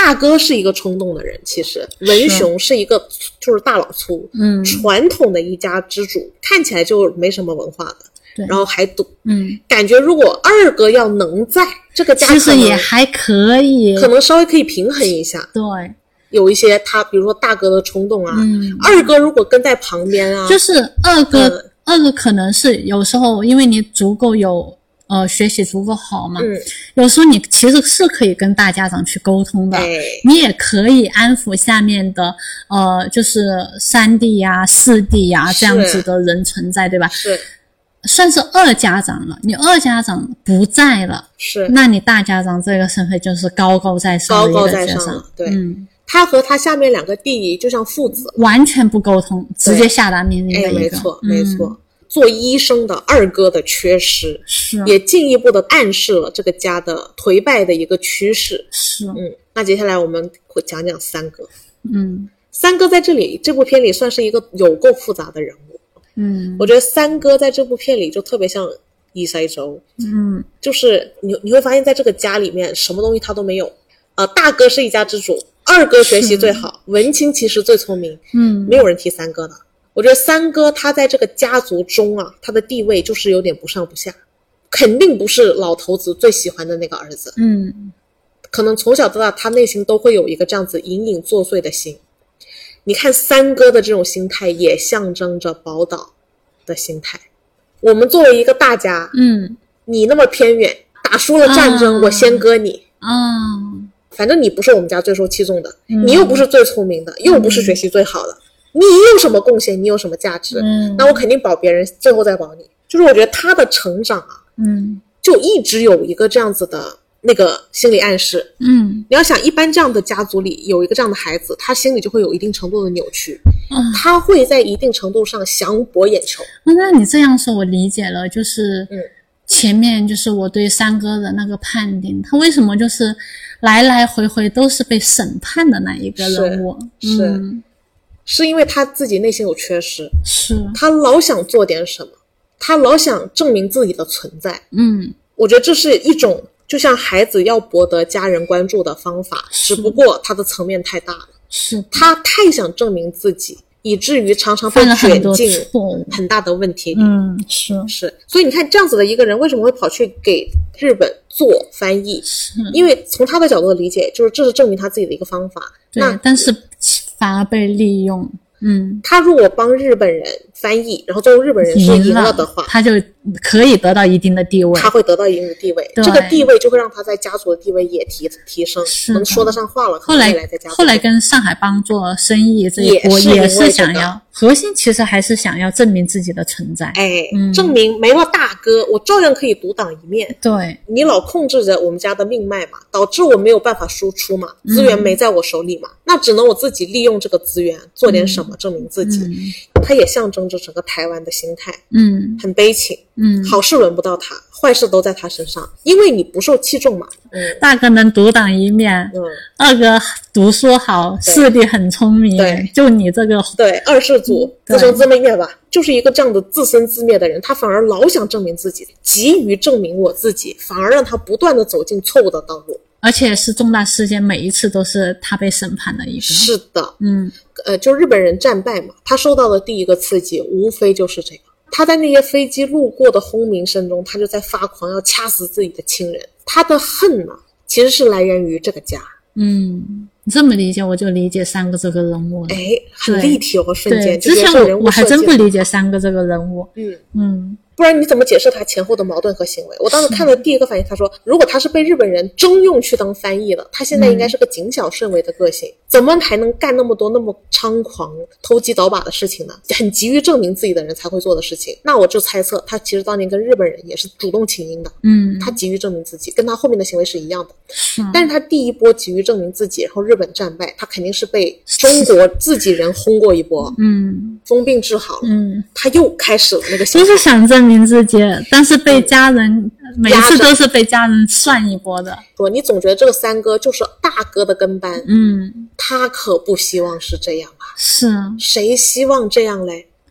大哥是一个冲动的人，其实文雄是一个就是大老粗， 嗯， 传统的一家之主，看起来就没什么文化的， 对， 然后还赌， 嗯， 感觉如果二哥要能在这个家， 其实也还可以， 可能稍微可以平衡一下， 对。 有一些他比如说大哥的冲动啊， 嗯， 二哥如果跟在旁边啊， 就是二哥、 嗯、 二哥可能是有时候因为你足够有呃学习足够好嘛， 嗯， 有时候你其实是可以跟大家长去沟通的， 哎， 你也可以安抚下面的呃就是三弟呀、四弟呀这样子的人存在，对吧？ 是。 算是二家长了，你二家长不在了， 是， 那你大家长这个身份就是高高在上的一个角色， 高高在上了，对， 嗯， 他和他下面两个弟弟就像父子， 完全不沟通，直接下达命令的一个， 哎，没错， 嗯、 没错。做医生的二哥的缺失， 是也进一步的暗示了这个家的颓败的一个趋势。 是， 嗯，那接下来我们会讲讲三哥， 嗯， 三哥在这里这部片里算是一个有够复杂的人物。 嗯， 我觉得三哥在这部片里就特别像伊塞周， 嗯， 就是你你会发现在这个家里面什么东西他都没有，呃，大哥是一家之主，二哥学习最好，文清其实最聪明， 嗯， 没有人提三哥的。我觉得三哥他在这个家族中啊，他的地位就是有点不上不下，肯定不是老头子最喜欢的那个儿子， 嗯， 可能从小到大他内心都会有一个这样子隐隐作祟的心。你看三哥的这种心态也象征着宝岛的心态。我们作为一个大家， 嗯， 你那么偏远，打输了战争，啊、我先割你啊， 反正你不是我们家最受器重的， 嗯、 你又不是最聪明的，又不是学习最好的，嗯、你有什么贡献？你有什么价值？ 嗯， 那我肯定保别人，最后再保你。就是我觉得他的成长啊， 嗯， 就一直有一个这样子的那个心理暗示， 嗯， 你要想一般这样的家族里有一个这样的孩子，他心里就会有一定程度的扭曲， 嗯， 他会在一定程度上想博眼球。 那你这样说我理解了，就是嗯， 前面就是我对三哥的那个判定，他为什么就是来来回回都是被审判的那一个人物？ 是，是， 嗯， 是因为他自己内心有缺失， 是他老想做点什么，他老想证明自己的存在。 嗯， 我觉得这是一种就像孩子要博得家人关注的方法，只不过他的层面太大了， 是他太想证明自己，以至于常常被卷进很大的问题里。 嗯，是是，所以你看这样子的一个人为什么会跑去给日本做翻译？ 是因为从他的角度的理解，就是这是证明他自己的一个方法。 对， 那但是反而被利用。嗯， 他如果帮日本人翻译，然后最后日本人是赢了的话， 他就可以得到一定的地位， 他会得到一定的地位，这个地位就会让他在家族的地位也提提升，能说得上话了。 后来来在家族后来跟上海帮做生意这一波也是想要，核心其实还是想要证明自己的存在。 哎， 嗯、 证明没了大哥，我照样可以独当一面。 对， 你老控制着我们家的命脉嘛，导致我没有办法输出嘛，资源没在我手里嘛，嗯、那只能我自己利用这个资源做点什么，嗯、证明自己。嗯、它也象征着整个台湾的心态， 嗯， 很悲情， 嗯， 好事轮不到他，坏事都在他身上，因为你不受器重嘛。嗯， 大哥能独当一面， 嗯， 二哥读书好，四弟很聪明， 对， 就你这个对二世祖自生自灭吧，就是一个这样的自生自灭的人，他反而老想证明自己，急于证明我自己，反而让他不断的走进错误的道路。 而且是重大事件，每一次都是他被审判的一个。 是的， 嗯， 呃，就日本人战败嘛，他受到的第一个刺激，无非就是这个。他在那些飞机路过的轰鸣声中，他就在发狂，要掐死自己的亲人。他的恨呢，其实是来源于这个家。 嗯，你这么理解，我就理解三个这个人物了。 哎，很立体哦，瞬间。 之前我我还真不理解三个这个人物。 嗯嗯。 不然你怎么解释他前后的矛盾和行为？我当时看了第一个反应，他说如果他是被日本人征用去当翻译的，他现在应该是个谨小慎微的个性，嗯、怎么还能干那么多那么猖狂偷鸡倒把的事情呢？很急于证明自己的人才会做的事情。那我就猜测他其实当年跟日本人也是主动请缨的， 嗯， 他急于证明自己，跟他后面的行为是一样的。 是， 但是他第一波急于证明自己，然后日本战败，他肯定是被中国自己人轰过一波， 嗯， 疯病治好了， 嗯， 他又开始了那个， 就是想证明自己。但是被家人、嗯、每次都是被家人涮一波的。 说你总觉得这个三哥就是大哥的跟班， 嗯， 他可不希望是这样吧？ 是， 谁希望这样嘞？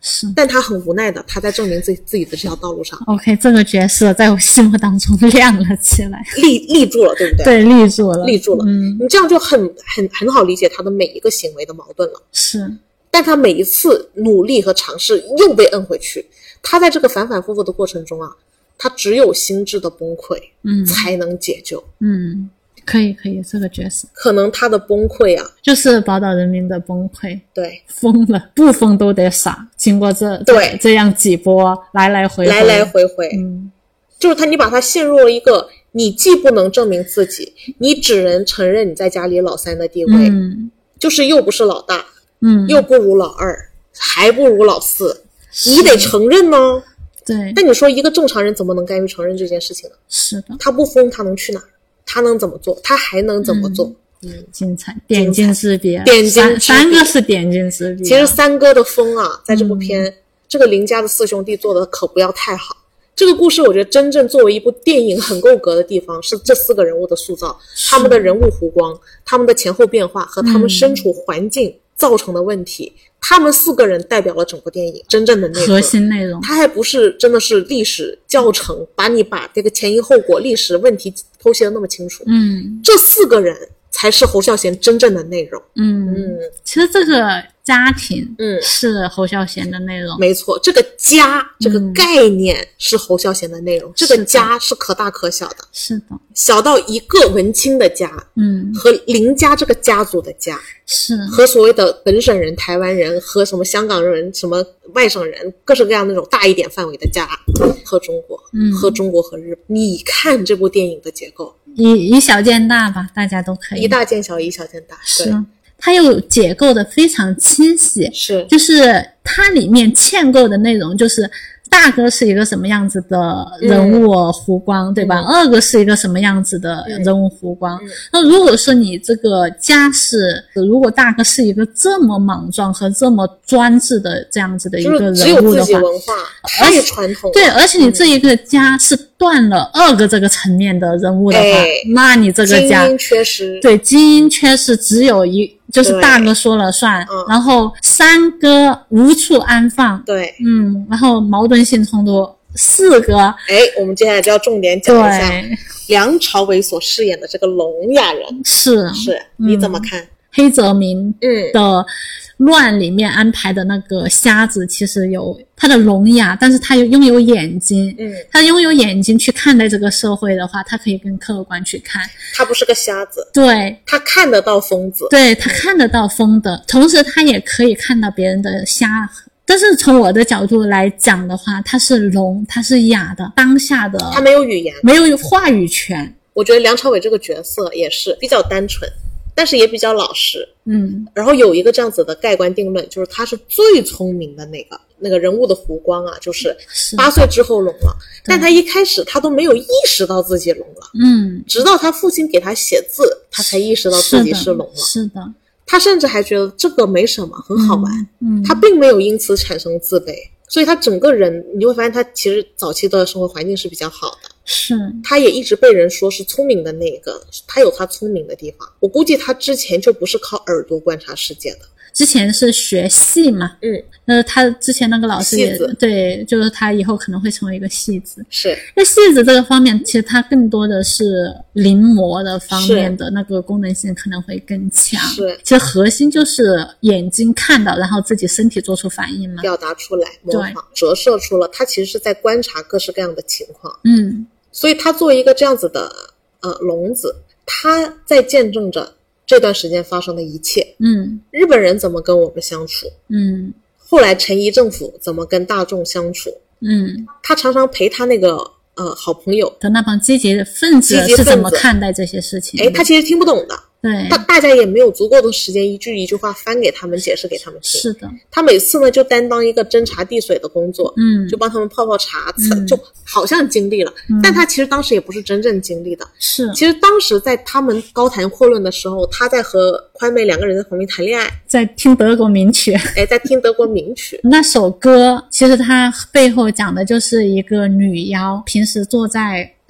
是， 但他很无奈的，他在证明自己自己的这条道路上 OK， 这个角色在我心目当中亮了起来， 立立住了，对不对？ 对，立住了， 立住了。 嗯， 你这样就很很很好理解他的每一个行为的矛盾了。 是， 但他每一次努力和尝试又被摁回去，他在这个反反复复的过程中啊，他只有心智的崩溃， 嗯， 才能解救。 嗯，可以可以，这个角色可能他的崩溃啊， 就是宝岛人民的崩溃， 对， 疯了，不疯都得傻。经过这对这样几波来来回回， 来来回回， 嗯， 就是他，你把他陷入了一个你既不能证明自己，你只能承认你在家里老三的地位， 嗯， 就是又不是老大， 嗯， 又不如老二，还不如老四，你得承认呢。 对， 但你说一个正常人怎么能甘于承认这件事情呢？ 是的， 他不疯，他能去哪儿？他能怎么做？他还能怎么做？嗯， 嗯精彩，点睛之笔， 点睛之笔， 三个是点睛之笔、啊。 其实三哥的疯啊，在这部片，嗯、这个林家的四兄弟做的可不要太好。这个故事，我觉得真正作为一部电影很够格的地方是这四个人物的塑造，他们的人物弧光，他们的前后变化和他们身处环境造成的问题。嗯，他们四个人代表了整部电影真正的内核核心内容， 他还不是真的是历史教程，把你把这个前因后果、历史问题剖析的那么清楚。 嗯， 这四个人才是侯孝贤真正的内容。 嗯嗯，其实这个家庭，嗯，是侯孝贤的内容。 没错，这个家这个概念是侯孝贤的内容。嗯、这个家是可大可小的， 是的， 小到一个文青的家，嗯，和林家这个家族的家。 是和所谓的本省人、台湾人和什么香港人、什么外省人，各式各样那种大一点范围的家，和中国，嗯，和中国和日本。你看这部电影的结构， 以以小见大吧，大家都可以以大见小，以小见大。 是，它有结构的非常清晰， 是， 就是它里面嵌构的内容就是。大哥是一个什么样子的人物弧光，嗯、对吧？嗯、二哥是一个什么样子的人物弧光？嗯、那如果说你这个家是，如果大哥是一个这么莽撞和这么专制的这样子的一个人物的话， 只有自己文化太传统了， 对，而且你这一个家是断了二个这个层面的人物的话， 哎、 那你这个家基因缺失， 对，基因缺失，只有一。就是大哥说了算，嗯、然后三哥无处安放， 对， 嗯，然后矛盾性冲突，四哥， 哎，我们接下来就要重点讲一下梁朝伟所饰演的这个聋哑人， 是是，你怎么看？ 嗯、黑泽明的乱里面安排的那个瞎子，其实有他的聋哑，但是他又拥有眼睛，嗯，他拥有眼睛去看待这个社会的话，他可以更客观去看。 他不是个瞎子， 对， 他看得到疯子， 对，他看得到疯的，嗯、同时他也可以看到别人的瞎。但是从我的角度来讲的话，他是聋，他是哑的，当下的他没有语言， 没有话语权。 我觉得梁朝伟这个角色也是比较单纯。但是也比较老实， 嗯， 然后有一个这样子的盖棺定论，就是他是最聪明的那个那个人物的弧光啊，就是八岁之后聋了，但他一开始他都没有意识到自己聋了， 嗯， 直到他父亲给他写字，他才意识到自己是聋了， 是的， 他甚至还觉得这个没什么，很好玩， 嗯， 他并没有因此产生自卑，所以他整个人你会发现他其实早期的生活环境是比较好的。 是， 他也一直被人说是聪明的那个，他有他聪明的地方。我估计他之前就不是靠耳朵观察世界的， 之前是学戏嘛， 嗯， 呃，他之前那个老师也戏子对，就是他以后可能会成为一个戏子。 是， 那戏子这个方面，其实他更多的是临摹的方面的那个功能性可能会更强。 是， 其实核心就是眼睛看到，然后自己身体做出反应嘛， 表达出来，模仿，折射出了他其实是在观察各式各样的情况。 嗯。 所以他作为一个这样子的呃聋子，他在见证着这段时间发生的一切。 嗯， 日本人怎么跟我们相处？ 嗯， 后来陈仪政府怎么跟大众相处？ 嗯， 他常常陪他那个呃好朋友的那帮积极的分子是怎么看待这些事情？ 哎，他其实听不懂的。 对， 大大家也没有足够的时间一句一句话翻给他们解释给他们听。 是的， 他每次呢就担当一个斟茶递水的工作， 嗯， 就帮他们泡泡茶， 嗯、 就好像经历了、嗯，但他其实当时也不是真正经历的。 是， 其实当时在他们高谈阔论的时候，他在和宽妹两个人在旁边谈恋爱， 在听德国名曲， 哎，在听德国名曲。 那首歌其实它背后讲的就是一个女妖，平时坐在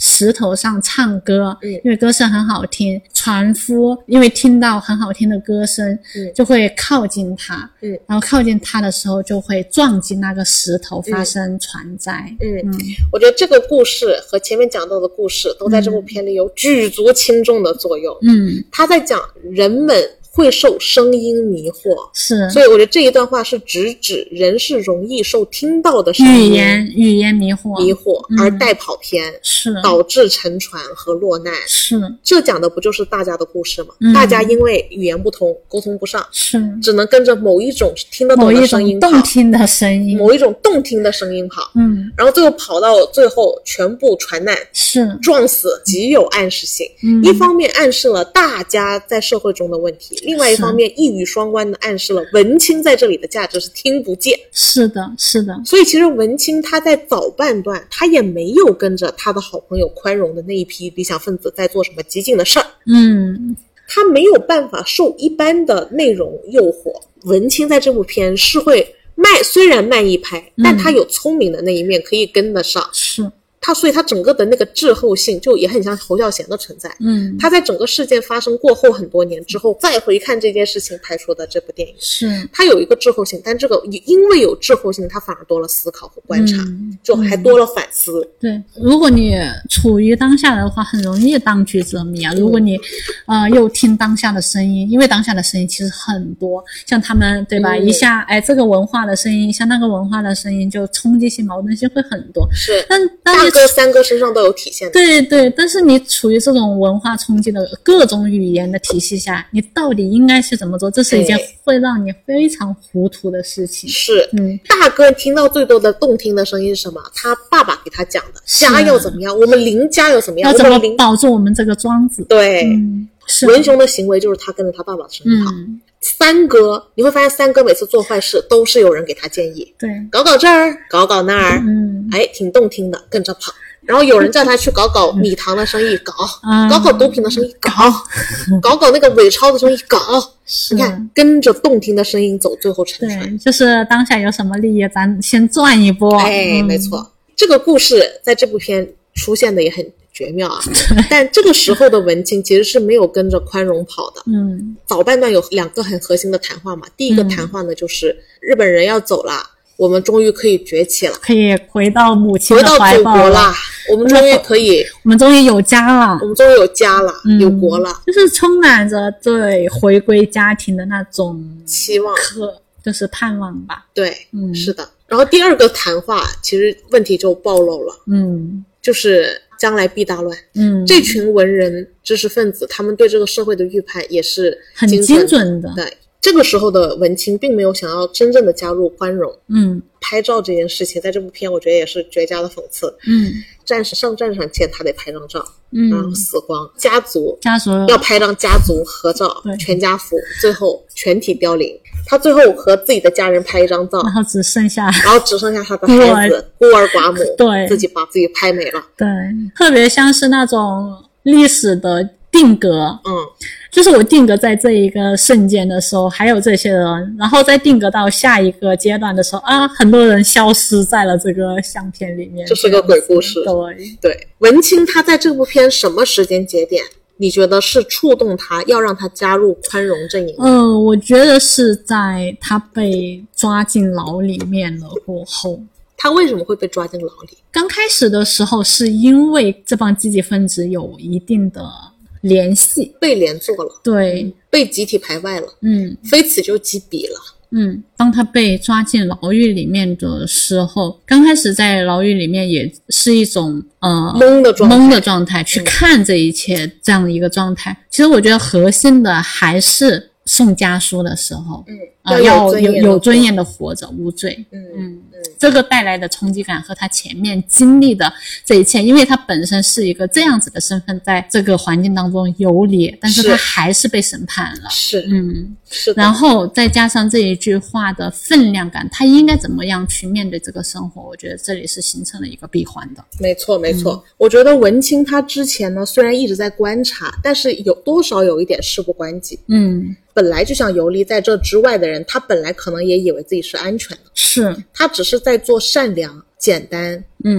石头上唱歌， 嗯因为歌声很好听，船夫因为听到很好听的歌声， 嗯就会靠近它， 嗯然后靠近它的时候就会撞击那个石头，发生船灾。 嗯嗯我觉得这个故事和前面讲到的故事都在这部片里有举足轻重的作用。 嗯， 他在讲人们会受声音迷惑， 是， 所以我觉得这一段话是直指人是容易受听到的声语音言语言迷惑迷惑嗯而带跑偏， 是导致沉船和落难。 是这讲的不就是大家的故事吗？ 嗯大家因为语言不通，沟通不上， 是只能跟着某一种听得懂某一的声音跑， 种动听的声音， 某一种动听的声音跑， 嗯然后最后跑到最后全部船难是撞死，极有暗示性。 嗯一方面暗示了大家在社会中的问题，另外一方面一语双关的暗示了文青在这里的价值是听不见。 是的是的所以其实文青他在早半段他也没有跟着他的好朋友宽容的那一批理想分子在做什么激进的事儿， 嗯他没有办法受一般的内容诱惑。文青在这部片是会慢，虽然慢一拍，但他有聪明的那一面可以跟得上。 是他所以他整个的那个滞后性就也很像侯孝贤的存在。 嗯他在整个事件发生过后很多年之后再回看这件事情拍出的这部电影， 是它有一个滞后性，但这个因为有滞后性，它反而多了思考和观察， 嗯就还多了反思。 对，如果你处于当下的话，很容易当局者迷啊。如果你呃又听当下的声音，因为当下的声音其实很多，像他们对吧， 嗯一下哎这个文化的声音，像那个文化的声音，就冲击性、矛盾性会很多。 是， 但当你大哥三哥身上都有体现的。 对对，但是你处于这种文化冲击的各种语言的体系下，你到底应该是怎么做？这是一件对会让你非常糊涂的事情。 是， 嗯， 大哥听到最多的动听的声音是什么？他爸爸给他讲的， 是家要怎么样，我们邻家要怎么样， 要怎么我们邻保住我们这个庄子？ 对。 嗯，是文雄的行为就是他跟着他爸爸的身旁。 嗯， 三哥，你会发现三哥每次做坏事都是有人给他建议， 对， 搞搞这儿，搞搞那儿， 嗯哎，挺动听的，跟着跑。然后有人叫他去搞搞米糖的生意，搞； 嗯搞搞毒品的生意，搞；搞搞那个伪钞的生意，搞。 是你看，跟着动听的声音走，最后沉船。 对，就是当下有什么利益，咱先赚一波。 哎， 嗯、 没错，这个故事在这部片出现的也很绝妙啊。但这个时候的文青其实是没有跟着宽容跑的。 嗯， 早半段有两个很核心的谈话嘛。第一个谈话呢，就是日本人要走了，我们终于可以崛起了， 可以回到母亲回的怀抱到祖国了， 我们终于可以， 我们终于有家了我，们终于有家了， 嗯有国了， 就是充满着对回归家庭的那种期望。 渴，就是盼望吧。 对， 嗯是的。然后第二个谈话，其实问题就暴露了， 嗯就是将来必大乱。 嗯， 这群文人知识分子，他们对这个社会的预判也是很精精准的。 准的。 对，这个时候的文青并没有想要真正的加入宽容。 嗯拍照这件事情，在这部片我觉得也是绝佳的讽刺。 嗯战士上战场前，他得拍张照，然后嗯， 死光，家族家属要拍张家族合照对， 全家福，最后全体凋零。他最后和自己的家人拍一张照， 然后只剩下然后只剩下他的孩子孤儿寡母， 对自己把自己拍没了。 对，特别像是那种历史的定格， 嗯， 就是我定格在这一个瞬间的时候，还有这些人，然后再定格到下一个阶段的时候啊，很多人消失在了这个相片里面。 这是个鬼故事。 对， 对，文青他在这部片什么时间节点，你觉得是触动他要让他加入宽容阵营？ 呃，我觉得是在他被抓进牢里面了过后。 他为什么会被抓进牢里？ 刚开始的时候是因为这帮积极分子有一定的联系， 被连坐了， 对， 被集体排外了， 嗯非此就击毙了。 嗯，当他被抓进牢狱里面的时候，刚开始在牢狱里面也是一种呃懵的状态懵的状态去看这一切这样的一个状态。其实我觉得核心的还是送家书的时候， 嗯， 呃、 要要有有尊严的有尊严的活着，无罪。 嗯嗯， 嗯， 这个带来的冲击感和他前面经历的这一切，因为他本身是一个这样子的身份，在这个环境当中游离，但是是他还是被审判了。 是， 嗯， 是的。 然后再加上这一句话的分量感，他应该怎么样去面对这个生活？我觉得这里是形成了一个闭环的。 没错没错、 嗯、 我觉得文青他之前呢虽然一直在观察，但是有多少有一点事不关己。 嗯， 本来就想游离在这之外的人，他本来可能也以为自己是安全的， 是他只是在做善良简单嗯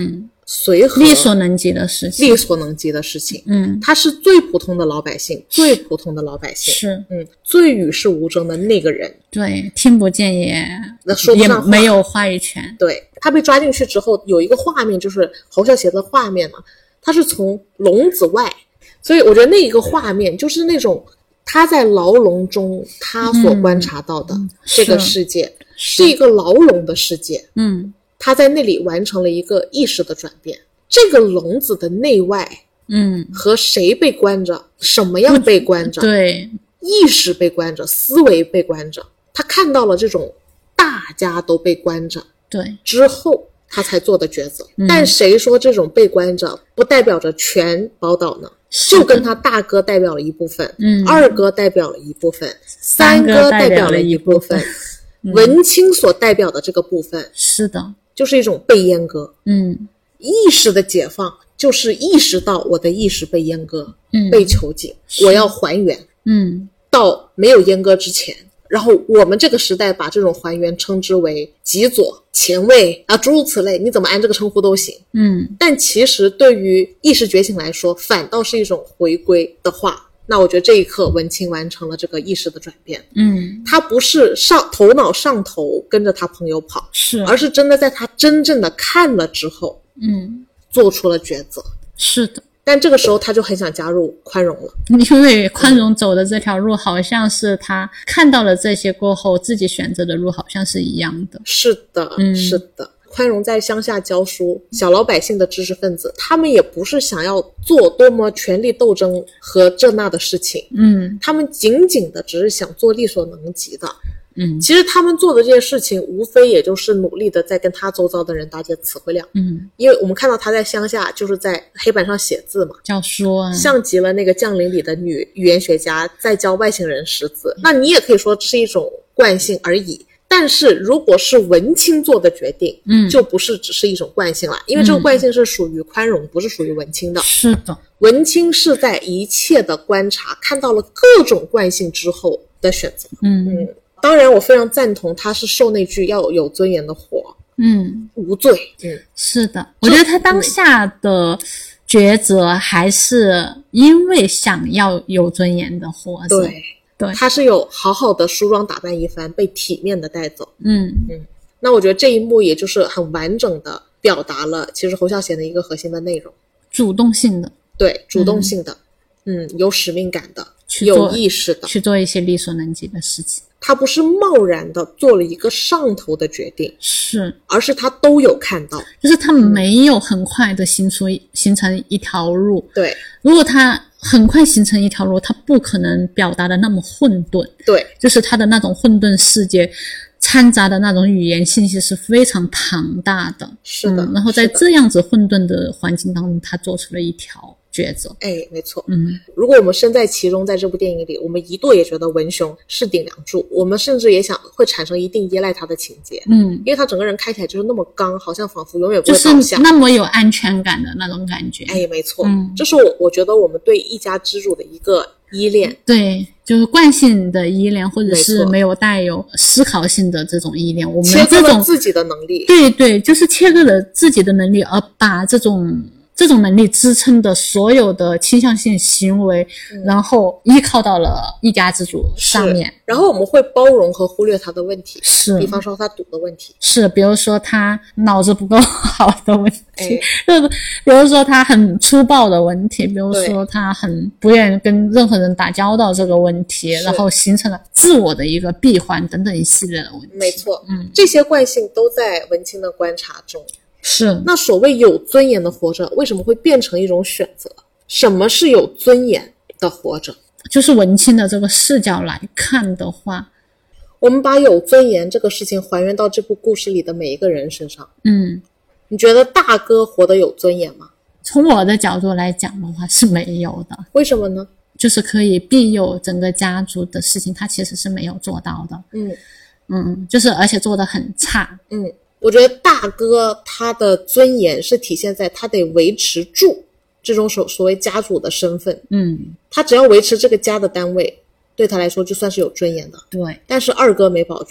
随和力所能及的事情， 力所能及的事情。 嗯， 他是最普通的老百姓，最普通的老百姓， 是， 嗯，最与世无争的那个人， 对，听不见也说不上话， 也没有话语权。 对，他被抓进去之后，有一个画面就是侯孝贤的画面嘛，他是从笼子外，所以我觉得那一个画面就是那种他在牢笼中他所观察到的这个世界，嗯、是, 是一个牢笼的世界。 嗯， 他在那里完成了一个意识的转变。这个笼子的内外， 嗯， 和谁被关着，什么样被关着， 对， 意识被关着，思维被关着，他看到了这种大家都被关着， 对， 之后他才做的抉择。 嗯、 但谁说这种被关着不代表着全宝岛呢？就跟他大哥代表了一部分， 嗯， 二哥代表了一部分，三哥代表了一部分， 嗯、 文青所代表的这个部分， 是的， 就是一种被阉割。 嗯， 意识的解放就是意识到我的意识被阉割， 嗯， 被囚禁，我要还原， 嗯， 到没有阉割之前。然后我们这个时代把这种还原称之为极左、前卫啊，诸如此类，你怎么按这个称呼都行。 嗯， 但其实对于意识觉醒来说，反倒是一种回归的话，那我觉得这一刻文青完成了这个意识的转变。 嗯， 他不是上头脑上头跟着他朋友跑， 是， 而是真的在他真正的看了之后， 嗯， 做出了抉择。 是的。 但这个时候他就很想加入宽容了， 因为宽容走的这条路好像是他看到了这些过后自己选择的路好像是一样的。 是的， 嗯， 是的。宽容在乡下教书，小老百姓的知识分子，他们也不是想要做多么权力斗争和这那的事情， 嗯， 他们仅仅的只是想做力所能及的。 嗯， 其实他们做的这些事情无非也就是努力的在跟他周遭的人搭建词汇量。 嗯， 因为我们看到他在乡下就是在黑板上写字嘛， 教书啊， 像极了那个降临里的女语言学家在教外星人识字。那你也可以说这是一种惯性而已，但是如果是文青做的决定， 嗯， 就不是只是一种惯性了，因为这个惯性是属于宽容，嗯，不是属于文青的。 是的， 文青是在一切的观察看到了各种惯性之后的选择。 嗯嗯，当然我非常赞同他是受那句要有有尊严的活， 嗯， 无罪。嗯， 是的，我觉得他当下的抉择还是因为想要有尊严的活着。 对对，他是有好好的梳妆打扮一番，被体面的带走。 嗯嗯，那我觉得这一幕也就是很完整的表达了其实侯孝贤的一个核心的内容， 主动性的， 对，主动性的，嗯，嗯有使命感的， 去有意识的去做一些力所能及的事情。 他不是贸然的做了一个上头的决定， 是， 而是他都有看到， 就是他没有很快的形出形成一条路。 对， 如果他很快形成一条路，他不可能表达的那么混沌。 对， 就是他的那种混沌世界掺杂的那种语言信息是非常庞大的。 是的， 嗯、然后在这样子混沌的环境当中，他做出了一条抉择。 哎，没错。 嗯， 如果我们身在其中，在这部电影里，我们一度也觉得文雄是顶梁柱，我们甚至也想会产生一定依赖他的情节。 嗯， 因为他整个人看起来就是那么刚，好像仿佛永远不会倒下， 就是那么有安全感的那种感觉。 哎，没错。 嗯， 这是我我觉得我们对一家之主的一个依恋。 对，就是惯性的依恋，或者是没有带有思考性的这种依恋。我们切这种割了自己的能力。 对对，就是切割了自己的能力，而把这种这种能力支撑的所有的倾向性行为、嗯、然后依靠到了一家之主上面。 然后我们会包容和忽略他的问题， 是， 比方说他赌的问题， 是，比如说他脑子不够好的问题， 哎、 就比如说他很粗暴的问题，比如说他很不愿意跟任何人打交道这个问题，然后形成了自我的一个闭环等等一系列的问题。 没错， 嗯， 这些惯性都在文青的观察中。 是， 那所谓有尊严的活着，为什么会变成一种选择？什么是有尊严的活着？ 就是文青的这个视角来看的话， 我们把有尊严这个事情还原到这部故事里的每一个人身上。 嗯， 你觉得大哥活得有尊严吗？ 从我的角度来讲的话是没有的。 为什么呢？ 就是可以庇佑整个家族的事情，他其实是没有做到的。 嗯嗯，就是而且做得很差。 嗯。我觉得大哥他的尊严是体现在他得维持住这种所所谓家主的身份。 嗯， 他只要维持这个家的单位，对他来说就算是有尊严的。 对， 但是二哥没保住，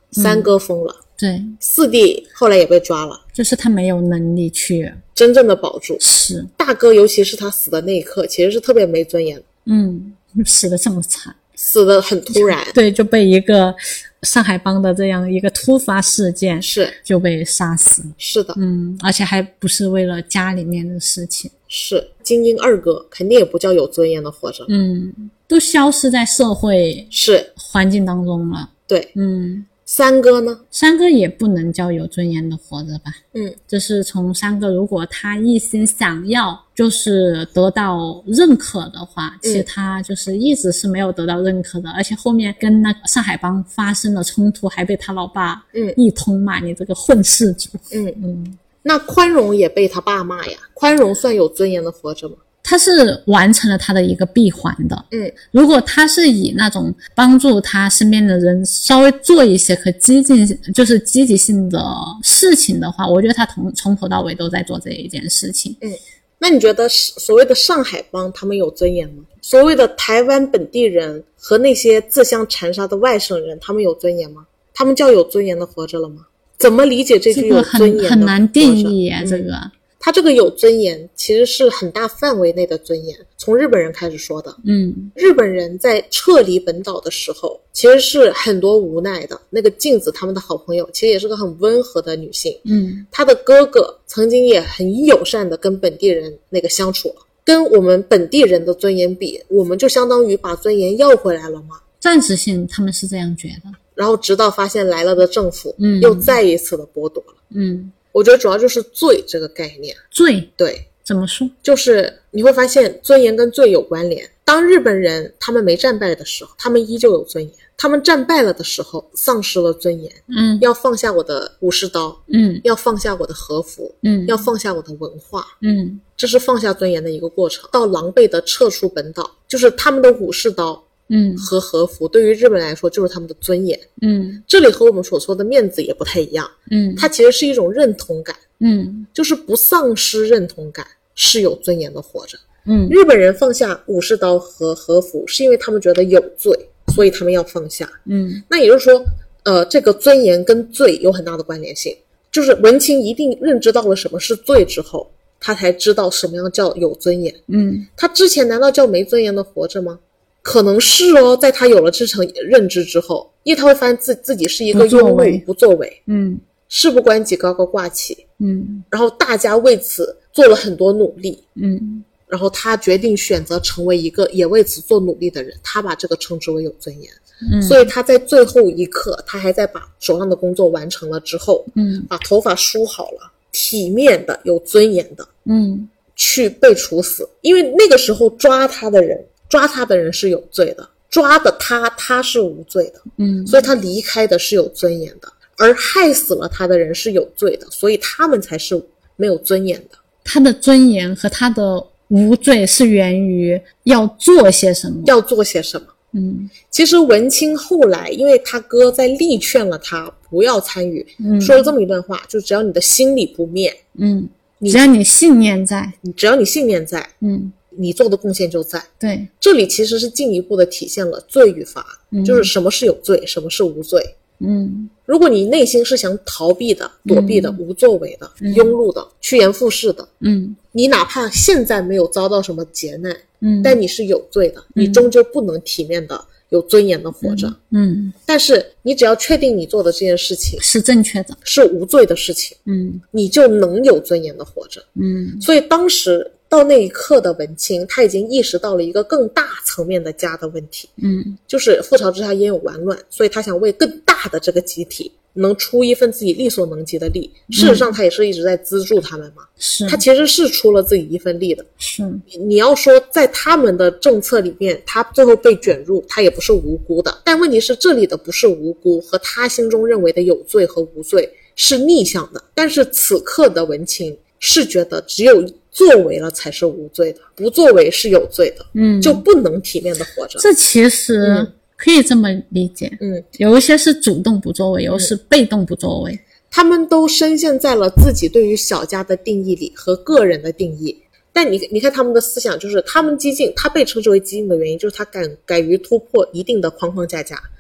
三哥疯了、嗯、 对， 四弟后来也被抓了， 就是他没有能力去真正的保住。 是大哥，尤其是他死的那一刻，其实是特别没尊严。 嗯，死得这么惨， 死得很突然。 对，就被一个上海帮的这样一个突发事件是就被杀死。 是的， 嗯，而且还不是为了家里面的事情。 是精英二哥肯定也不叫有尊严的活着， 嗯，都消失在社会是环境当中了。 对， 嗯。 三哥呢？ 三哥也不能叫有尊严的活着吧。 嗯， 就是从三哥如果他一心想要就是得到认可的话、嗯、其实他就是一直是没有得到认可的，而且后面跟那个上海帮发生了冲突，还被他老爸嗯一通骂你这个混世主。 嗯嗯，那宽容也被他爸骂呀，宽容算有尊严的活着吗？ 他是完成了他的一个闭环的。 嗯， 如果他是以那种帮助他身边的人稍微做一些可激进就是积极性的事情的话，我觉得他从从头到尾都在做这一件事情。 嗯，那你觉得所谓的上海帮他们有尊严吗？所谓的台湾本地人和那些自相残杀的外省人，他们有尊严吗？他们叫有尊严的活着了吗？怎么理解这句有尊严的活着？ 这个很很难定义啊、嗯、这个他这个有尊严其实是很大范围内的尊严，从日本人开始说的。 嗯， 日本人在撤离本岛的时候其实是很多无奈的。那个镜子他们的好朋友其实也是个很温和的女性， 嗯， 她的哥哥曾经也很友善的跟本地人那个相处了，跟我们本地人的尊严比，我们就相当于把尊严要回来了吗？ 暂时性他们是这样觉得， 然后直到发现来了的政府嗯， 又再一次的剥夺了。 嗯， 我觉得主要就是罪这个概念。 罪， 对， 怎么说？ 就是你会发现尊严跟罪有关联。当日本人他们没战败的时候，他们依旧有尊严；他们战败了的时候，丧失了尊严。 嗯， 要放下我的武士刀， 嗯， 要放下我的和服， 嗯， 要放下我的文化， 嗯， 这是放下尊严的一个过程。到狼狈的撤出本岛，就是他们的武士刀。 嗯， 和和服对于日本来说就是他们的尊严。 嗯， 这里和我们所说的面子也不太一样。 嗯， 它其实是一种认同感。 嗯， 就是不丧失认同感是有尊严的活着。 嗯， 日本人放下武士刀和和服是因为他们觉得有罪，所以他们要放下。 嗯， 那也就是说呃，这个尊严跟罪有很大的关联性。就是文青一定认知到了什么是罪之后，他才知道什么样叫有尊严。 嗯， 他之前难道叫没尊严的活着吗？可能是哦，在他有了这层认知之后，因为他会发现自自己是一个庸碌不作为， 嗯， 事不关己高高挂起， 嗯， 然后大家为此做了很多努力， 嗯， 然后他决定选择成为一个也为此做努力的人，他把这个称之为有尊严。 嗯， 所以他在最后一刻，他还在把手上的工作完成了之后， 嗯， 把头发梳好了，体面的、有尊严的， 嗯， 去被处死。因为那个时候抓他的人。抓他的人是有罪的，抓的他他是无罪的， 嗯， 所以他离开的是有尊严的，而害死了他的人是有罪的，所以他们才是没有尊严的。 他的尊严和他的无罪是源于要做些什么， 要做些什么。 嗯， 其实文清后来因为他哥在力劝了他不要参与， 嗯， 说了这么一段话，就只要你的心里不灭， 嗯，只要你信念在， 只要你信念在， 嗯， 你做的贡献就在。 对， 这里其实是进一步的体现了罪与罚， 嗯， 就是什么是有罪，什么是无罪。 嗯， 如果你内心是想逃避的、躲避的、嗯、无作为的、 嗯、 庸碌的、趋炎附势的， 嗯， 你哪怕现在没有遭到什么劫难， 嗯， 但你是有罪的，你终究不能体面的、有尊严的活着。 嗯，嗯， 但是你只要确定你做的这件事情是正确的， 是无罪的事情， 嗯， 你就能有尊严的活着。 嗯， 所以当时到那一刻的文清，他已经意识到了一个更大层面的家的问题， 嗯，就是覆巢之下焉有完卵，所以他想为更大的这个集体能出一份自己力所能及的力。事实上他也是一直在资助他们嘛， 是、 嗯、他其实是出了自己一份力的。 是你要说在他们的政策里面他最后被卷入，他也不是无辜的，但问题是这里的不是无辜和他心中认为的有罪和无罪是逆向的。但是此刻的文清是觉得只有作为了才是无罪的，不作为是有罪的， 嗯， 就不能体面的活着。 这其实可以这么理解， 嗯， 有一些是主动不作为，有些是被动不作为， 他们都深陷在了自己对于小家的定义里和个人的定义。但你你看他们的思想，就是他们激进，他被称之为激进的原因就是他敢敢于突破一定的框框架架，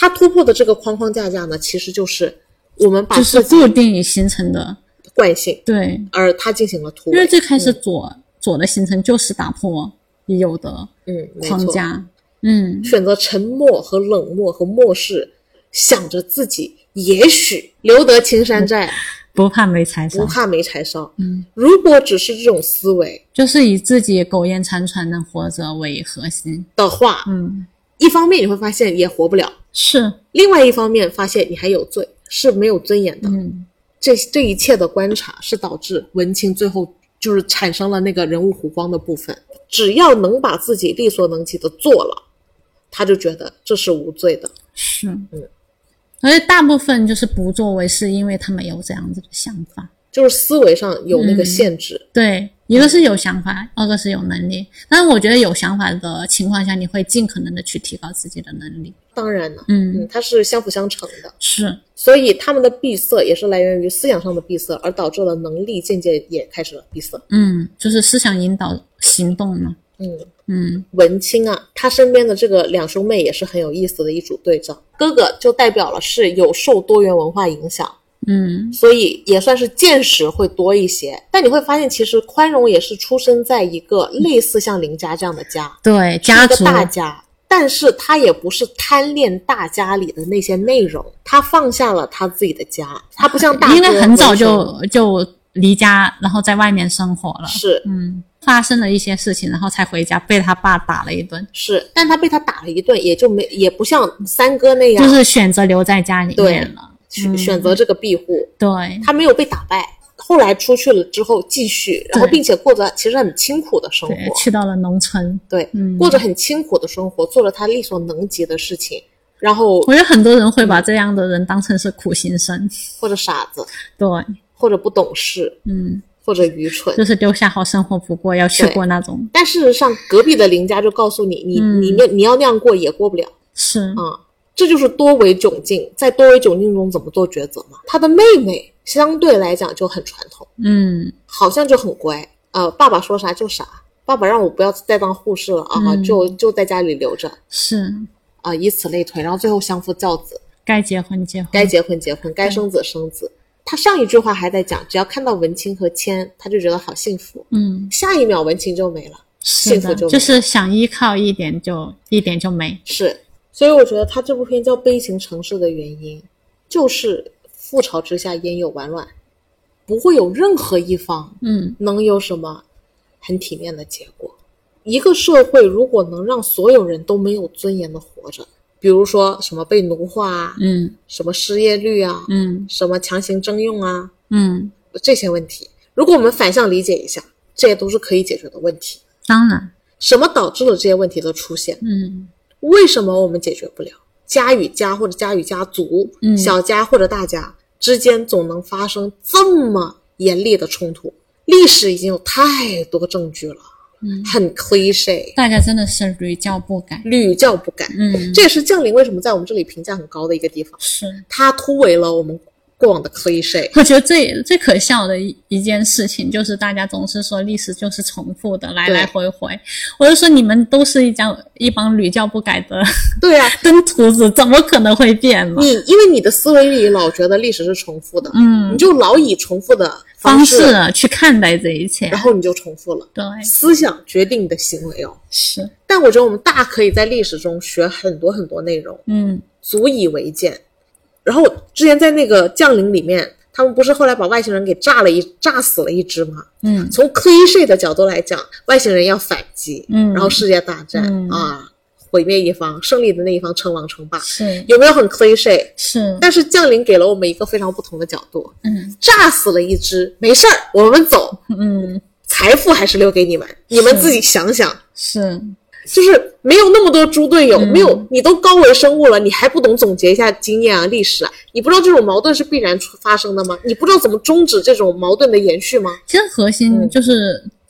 它突破的这个框框架架呢，其实就是我们把就是固定形成的惯性， 对， 而它进行了突围。 因为最开始左、嗯、左的形成就是打破已有的框架，嗯， 嗯，选择沉默和冷漠和漠视，想着自己也许留得青山在。嗯， 不怕没柴烧， 不怕没柴烧。嗯，如果只是这种思维， 就是以自己苟延残喘能活着为核心的话，嗯，一方面你会发现也活不了， 是； 另外一方面发现你还有罪，是没有尊严的。 嗯， 这这一切的观察是导致文清最后就是产生了那个人物弧光的部分。只要能把自己力所能及的做了，他就觉得这是无罪的。 是，嗯。而且大部分就是不作为是因为他们有这样子的想法， 就是思维上有那个限制。 嗯，对，一个是有想法，二个是有能力。但是我觉得有想法的情况下，你会尽可能的去提高自己的能力。 当然了， 嗯嗯，它是相辅相成的。 是， 所以他们的闭塞也是来源于思想上的闭塞，而导致了能力渐渐也开始了闭塞。 嗯，就是思想引导行动嘛。 嗯嗯， 文清啊，他身边的这个两兄妹也是很有意思的一组对照。哥哥就代表了是有受多元文化影响， 嗯， 所以也算是见识会多一些。但你会发现，其实宽容也是出生在一个类似像林家这样的家， 对，家族是一个大家，但是他也不是贪恋大家里的那些内容，他放下了他自己的家，他不像大哥， 因为很早就就离家，然后在外面生活了， 是， 嗯。发生了一些事情，然后才回家，被他爸打了一顿。 是，但他被他打了一顿，也就没，也不像三哥那样， 就是选择留在家里面了， 嗯、选择这个庇护。 对， 他没有被打败，后来出去了之后继续，然后并且过着其实很清苦的生活， 去到了农村， 对、 嗯， 过着很清苦的生活，做了他力所能及的事情。然后， 我觉得很多人会把这样的人当成是苦行僧， 或者傻子， 对， 或者不懂事， 嗯。 或者愚蠢， 就是丢下好生活不过，要去过那种。 但事实上，隔壁的邻家就告诉你，你、嗯、你你要那样过也过不了。 是啊、嗯，这就是多维窘境，在多维窘境中怎么做抉择嘛？他的妹妹相对来讲就很传统， 嗯， 好像就很乖，呃，爸爸说啥就啥，爸爸让我不要再当护士了啊， 嗯、 就就在家里留着。 是啊、呃，以此类推，然后最后相夫教子， 该结婚结婚， 该结婚结婚，该生子生子。他上一句话还在讲，只要看到文清和谦，他就觉得好幸福。 嗯， 下一秒文清就没了，幸福就没了， 就是想依靠一点就一点就没。 是，所以我觉得他这部片叫《悲情城市》的原因，就是覆巢之下焉有完卵，不会有任何一方， 嗯， 能有什么很体面的结果。一个社会如果能让所有人都没有尊严的活着。比如说什么被奴化啊， 嗯， 什么失业率啊， 嗯， 什么强行征用啊， 嗯， 这些问题，如果我们反向理解一下，这些都是可以解决的问题。 当然， 什么导致了这些问题的出现？ 嗯， 为什么我们解决不了？家与家或者家与家族， 嗯， 小家或者大家之间总能发生这么严厉的冲突？历史已经有太多证据了。 嗯， 很 cliché， 大家真的是屡教不改， 屡教不改。 嗯， 这也是降临为什么在我们这里评价很高的一个地方， 是它突围了我们过往的 cliché。 我觉得最最可笑的一一件事情就是大家总是说历史就是重复的，来来回回。我就说你们都是一张一帮屡教不改的， 对啊， 跟犊子怎么可能会变呢？ 你因为你的思维里老觉得历史是重复的， 嗯， 你就老以重复的方式去看待这一切， 然后你就重复了。 对， 思想决定你的行为哦。 是， 但我觉得我们大可以在历史中学很多很多内容， 嗯， 足以为鉴。然后之前在那个降临里面，他们不是后来把外星人给炸了一炸死了一只吗？ 嗯， 从 cliché 的角度来讲，外星人要反击， 嗯， 然后世界大战、 嗯、 啊。毁灭一方，胜利的那一方称王称霸， 是有没有很 cliché？ 是， 但是降临给了我们一个非常不同的角度。 嗯， 炸死了一只，没事儿，我们走。 嗯， 财富还是留给你们，你们自己想想。 是， 就是没有那么多猪队友， 嗯、 没有你都高维生物了，你还不懂总结一下经验啊、历史啊？你不知道这种矛盾是必然发生的吗？你不知道怎么终止这种矛盾的延续吗？ 其实核心就是。嗯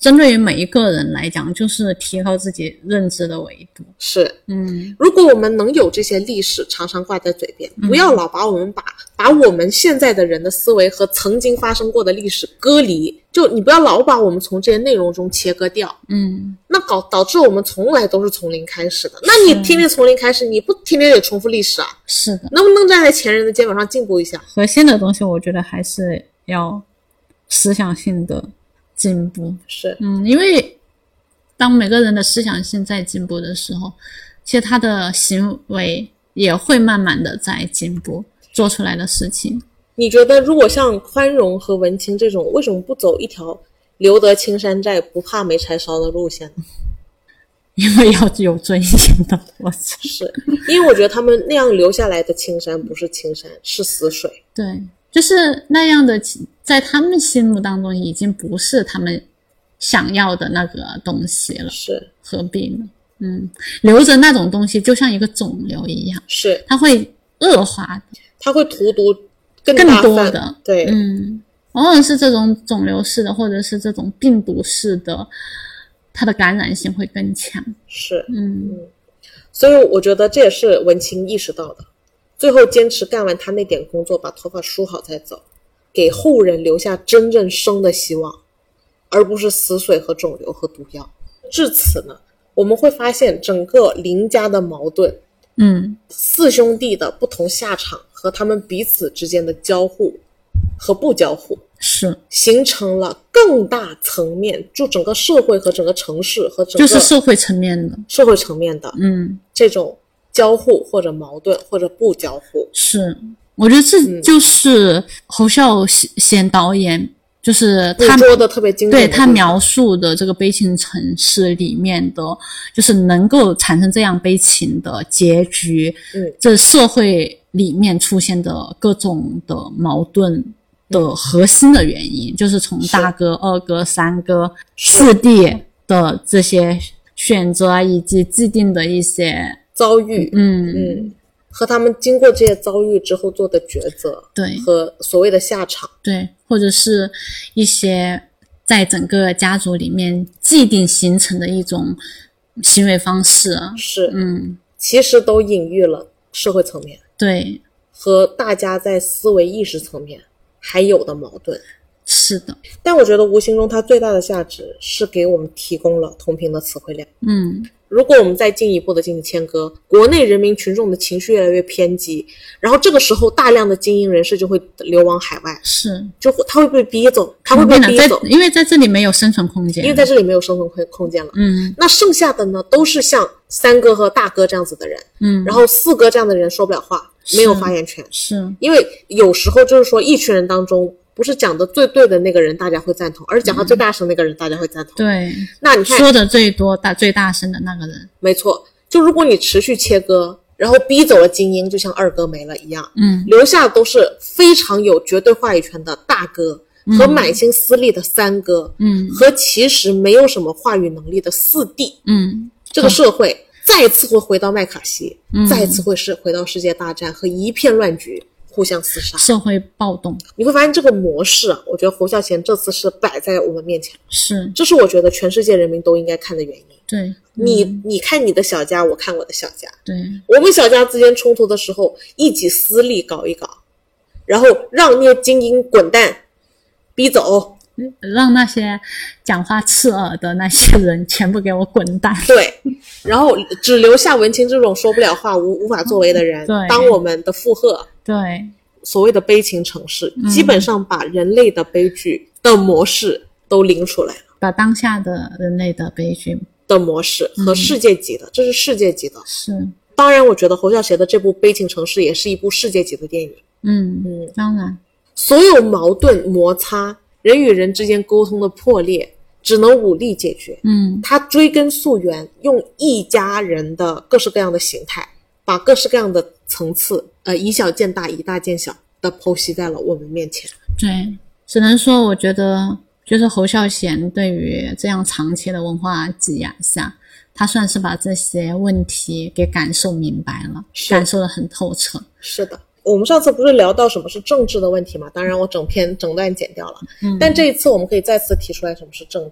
针对于每一个人来讲，就是提高自己认知的维度。 是， 嗯， 如果我们能有这些历史常常挂在嘴边，不要老把我们把把我们现在的人的思维和曾经发生过的历史割离，就你不要老把我们从这些内容中切割掉。 嗯， 那搞导致我们从来都是从零开始的。那你天天从零开始，你不天天得重复历史啊？ 是的， 能不能站在前人的肩膀上进步一下？ 核心的东西，我觉得还是要思想性的进步。 是， 嗯，因为当每个人的思想性在进步的时候，其实他的行为也会慢慢的在进步，做出来的事情。 你觉得如果像宽容和文清这种，为什么不走一条留得青山在，不怕没柴烧的路线呢？ 因为要有尊严的过程。 是，因为我觉得他们那样留下来的青山不是青山，是死水。 对，就是那样的，在他们心目当中已经不是他们想要的那个东西了。 是， 何必呢？嗯，留着那种东西就像一个肿瘤一样， 是， 它会恶化的， 它会荼毒更更大多的。 对， 嗯，往往是这种肿瘤式的，或者是这种病毒式的，它的感染性会更强。 是， 嗯嗯，所以我觉得这也是文清意识到的，最后坚持干完他那点工作，把头发梳好再走，给后人留下真正生的希望，而不是死水和肿瘤和毒药。至此呢，我们会发现整个林家的矛盾， 嗯， 四兄弟的不同下场和他们彼此之间的交互和不交互， 是形成了更大层面，就整个社会和整个城市和整个就是社会层面的， 社会层面的嗯， 这种交互或者矛盾或者不交互。 是，我觉得这就是侯孝贤导演，就是他捕捉的特别精准的， 对他描述的这个悲情城市里面的，就是能够产生这样悲情的结局， 嗯， 这社会里面出现的各种的矛盾的核心的原因，就是从大哥、二哥、三哥、四弟的这些选择啊，以及既定的一些遭遇， 嗯嗯，和他们经过这些遭遇之后做的抉择， 对， 和所谓的下场， 对，或者是一些在整个家族里面既定形成的一种行为方式， 是， 嗯， 其实都隐喻了社会层面， 对， 和大家在思维意识层面还有的矛盾。 是的， 但我觉得无形中它最大的价值是给我们提供了同频的词汇量。 嗯， 如果我们再进一步的进行切割，国内人民群众的情绪越来越偏激，然后这个时候大量的精英人士就会流亡海外， 是， 就会他会被逼走，他会被逼走， 因为在这里没有生存空间， 因为在这里没有生存空间了。 嗯， 那剩下的呢，都是像三哥和大哥这样子的人， 嗯， 然后四哥这样的人说不了话，没有发言权， 是因为有时候就是说一群人当中，不是讲的最对的那个人大家会赞同，而是讲他最大声那个人大家会赞同。 对， 那你看说的最多大最大声的那个人， 没错，就如果你持续切割，然后逼走了精英，就像二哥没了一样， 嗯， 留下的都是非常有绝对话语权的大哥和满心私利的三哥， 嗯， 和其实没有什么话语能力的四弟， 嗯， 这个社会再一次会回到麦卡锡， 嗯， 再一次会是回到世界大战和一片乱局，互相厮杀， 社会暴动。 你会发现这个模式啊，我觉得侯孝贤这次是摆在我们面前， 是， 这是我觉得全世界人民都应该看的原因。 对，嗯、 你你看你的小家，我看我的小家， 对， 我们小家之间冲突的时候，一己私利搞一搞，然后让那些精英滚蛋，逼走， 让那些讲话刺耳的那些人全部给我滚蛋。 对，然后只留下文清这种说不了话、无无法作为的人，当我们的附和。 对， 所谓的悲情城市，嗯、基本上把人类的悲剧的模式都拎出来了， 把当下的人类的悲剧的模式和世界级的，嗯、这是世界级的。 是， 当然，我觉得侯孝贤的这部《悲情城市》也是一部世界级的电影。 嗯嗯，当然， 所有矛盾摩擦，人与人之间沟通的破裂，只能武力解决。 嗯， 他追根溯源，用一家人的各式各样的形态，把各式各样的层次，呃，以小见大，以大见小的剖析在了我们面前。 对，只能说，我觉得，就是侯孝贤对于这样长期的文化挤压下，他算是把这些问题给感受明白了，感受得很透彻。 是的。我们上次不是聊到什么是政治的问题嘛？当然我整篇整段剪掉了，嗯，但这一次我们可以再次提出来什么是政治了。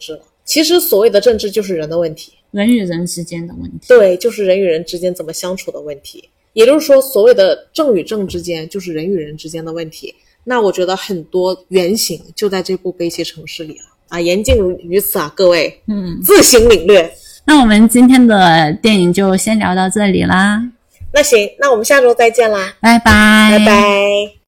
其实所谓的政治就是人的问题， 人与人之间的问题。 对，就是人与人之间怎么相处的问题。也就是说，所谓的政与政之间就是人与人之间的问题。那我觉得很多原型就在这部《悲泣城市》里了啊，言尽于此啊，各位， 嗯， 自行领略。 那我们今天的电影就先聊到这里啦。 那行，那我们下周再见啦， 拜拜， 拜拜。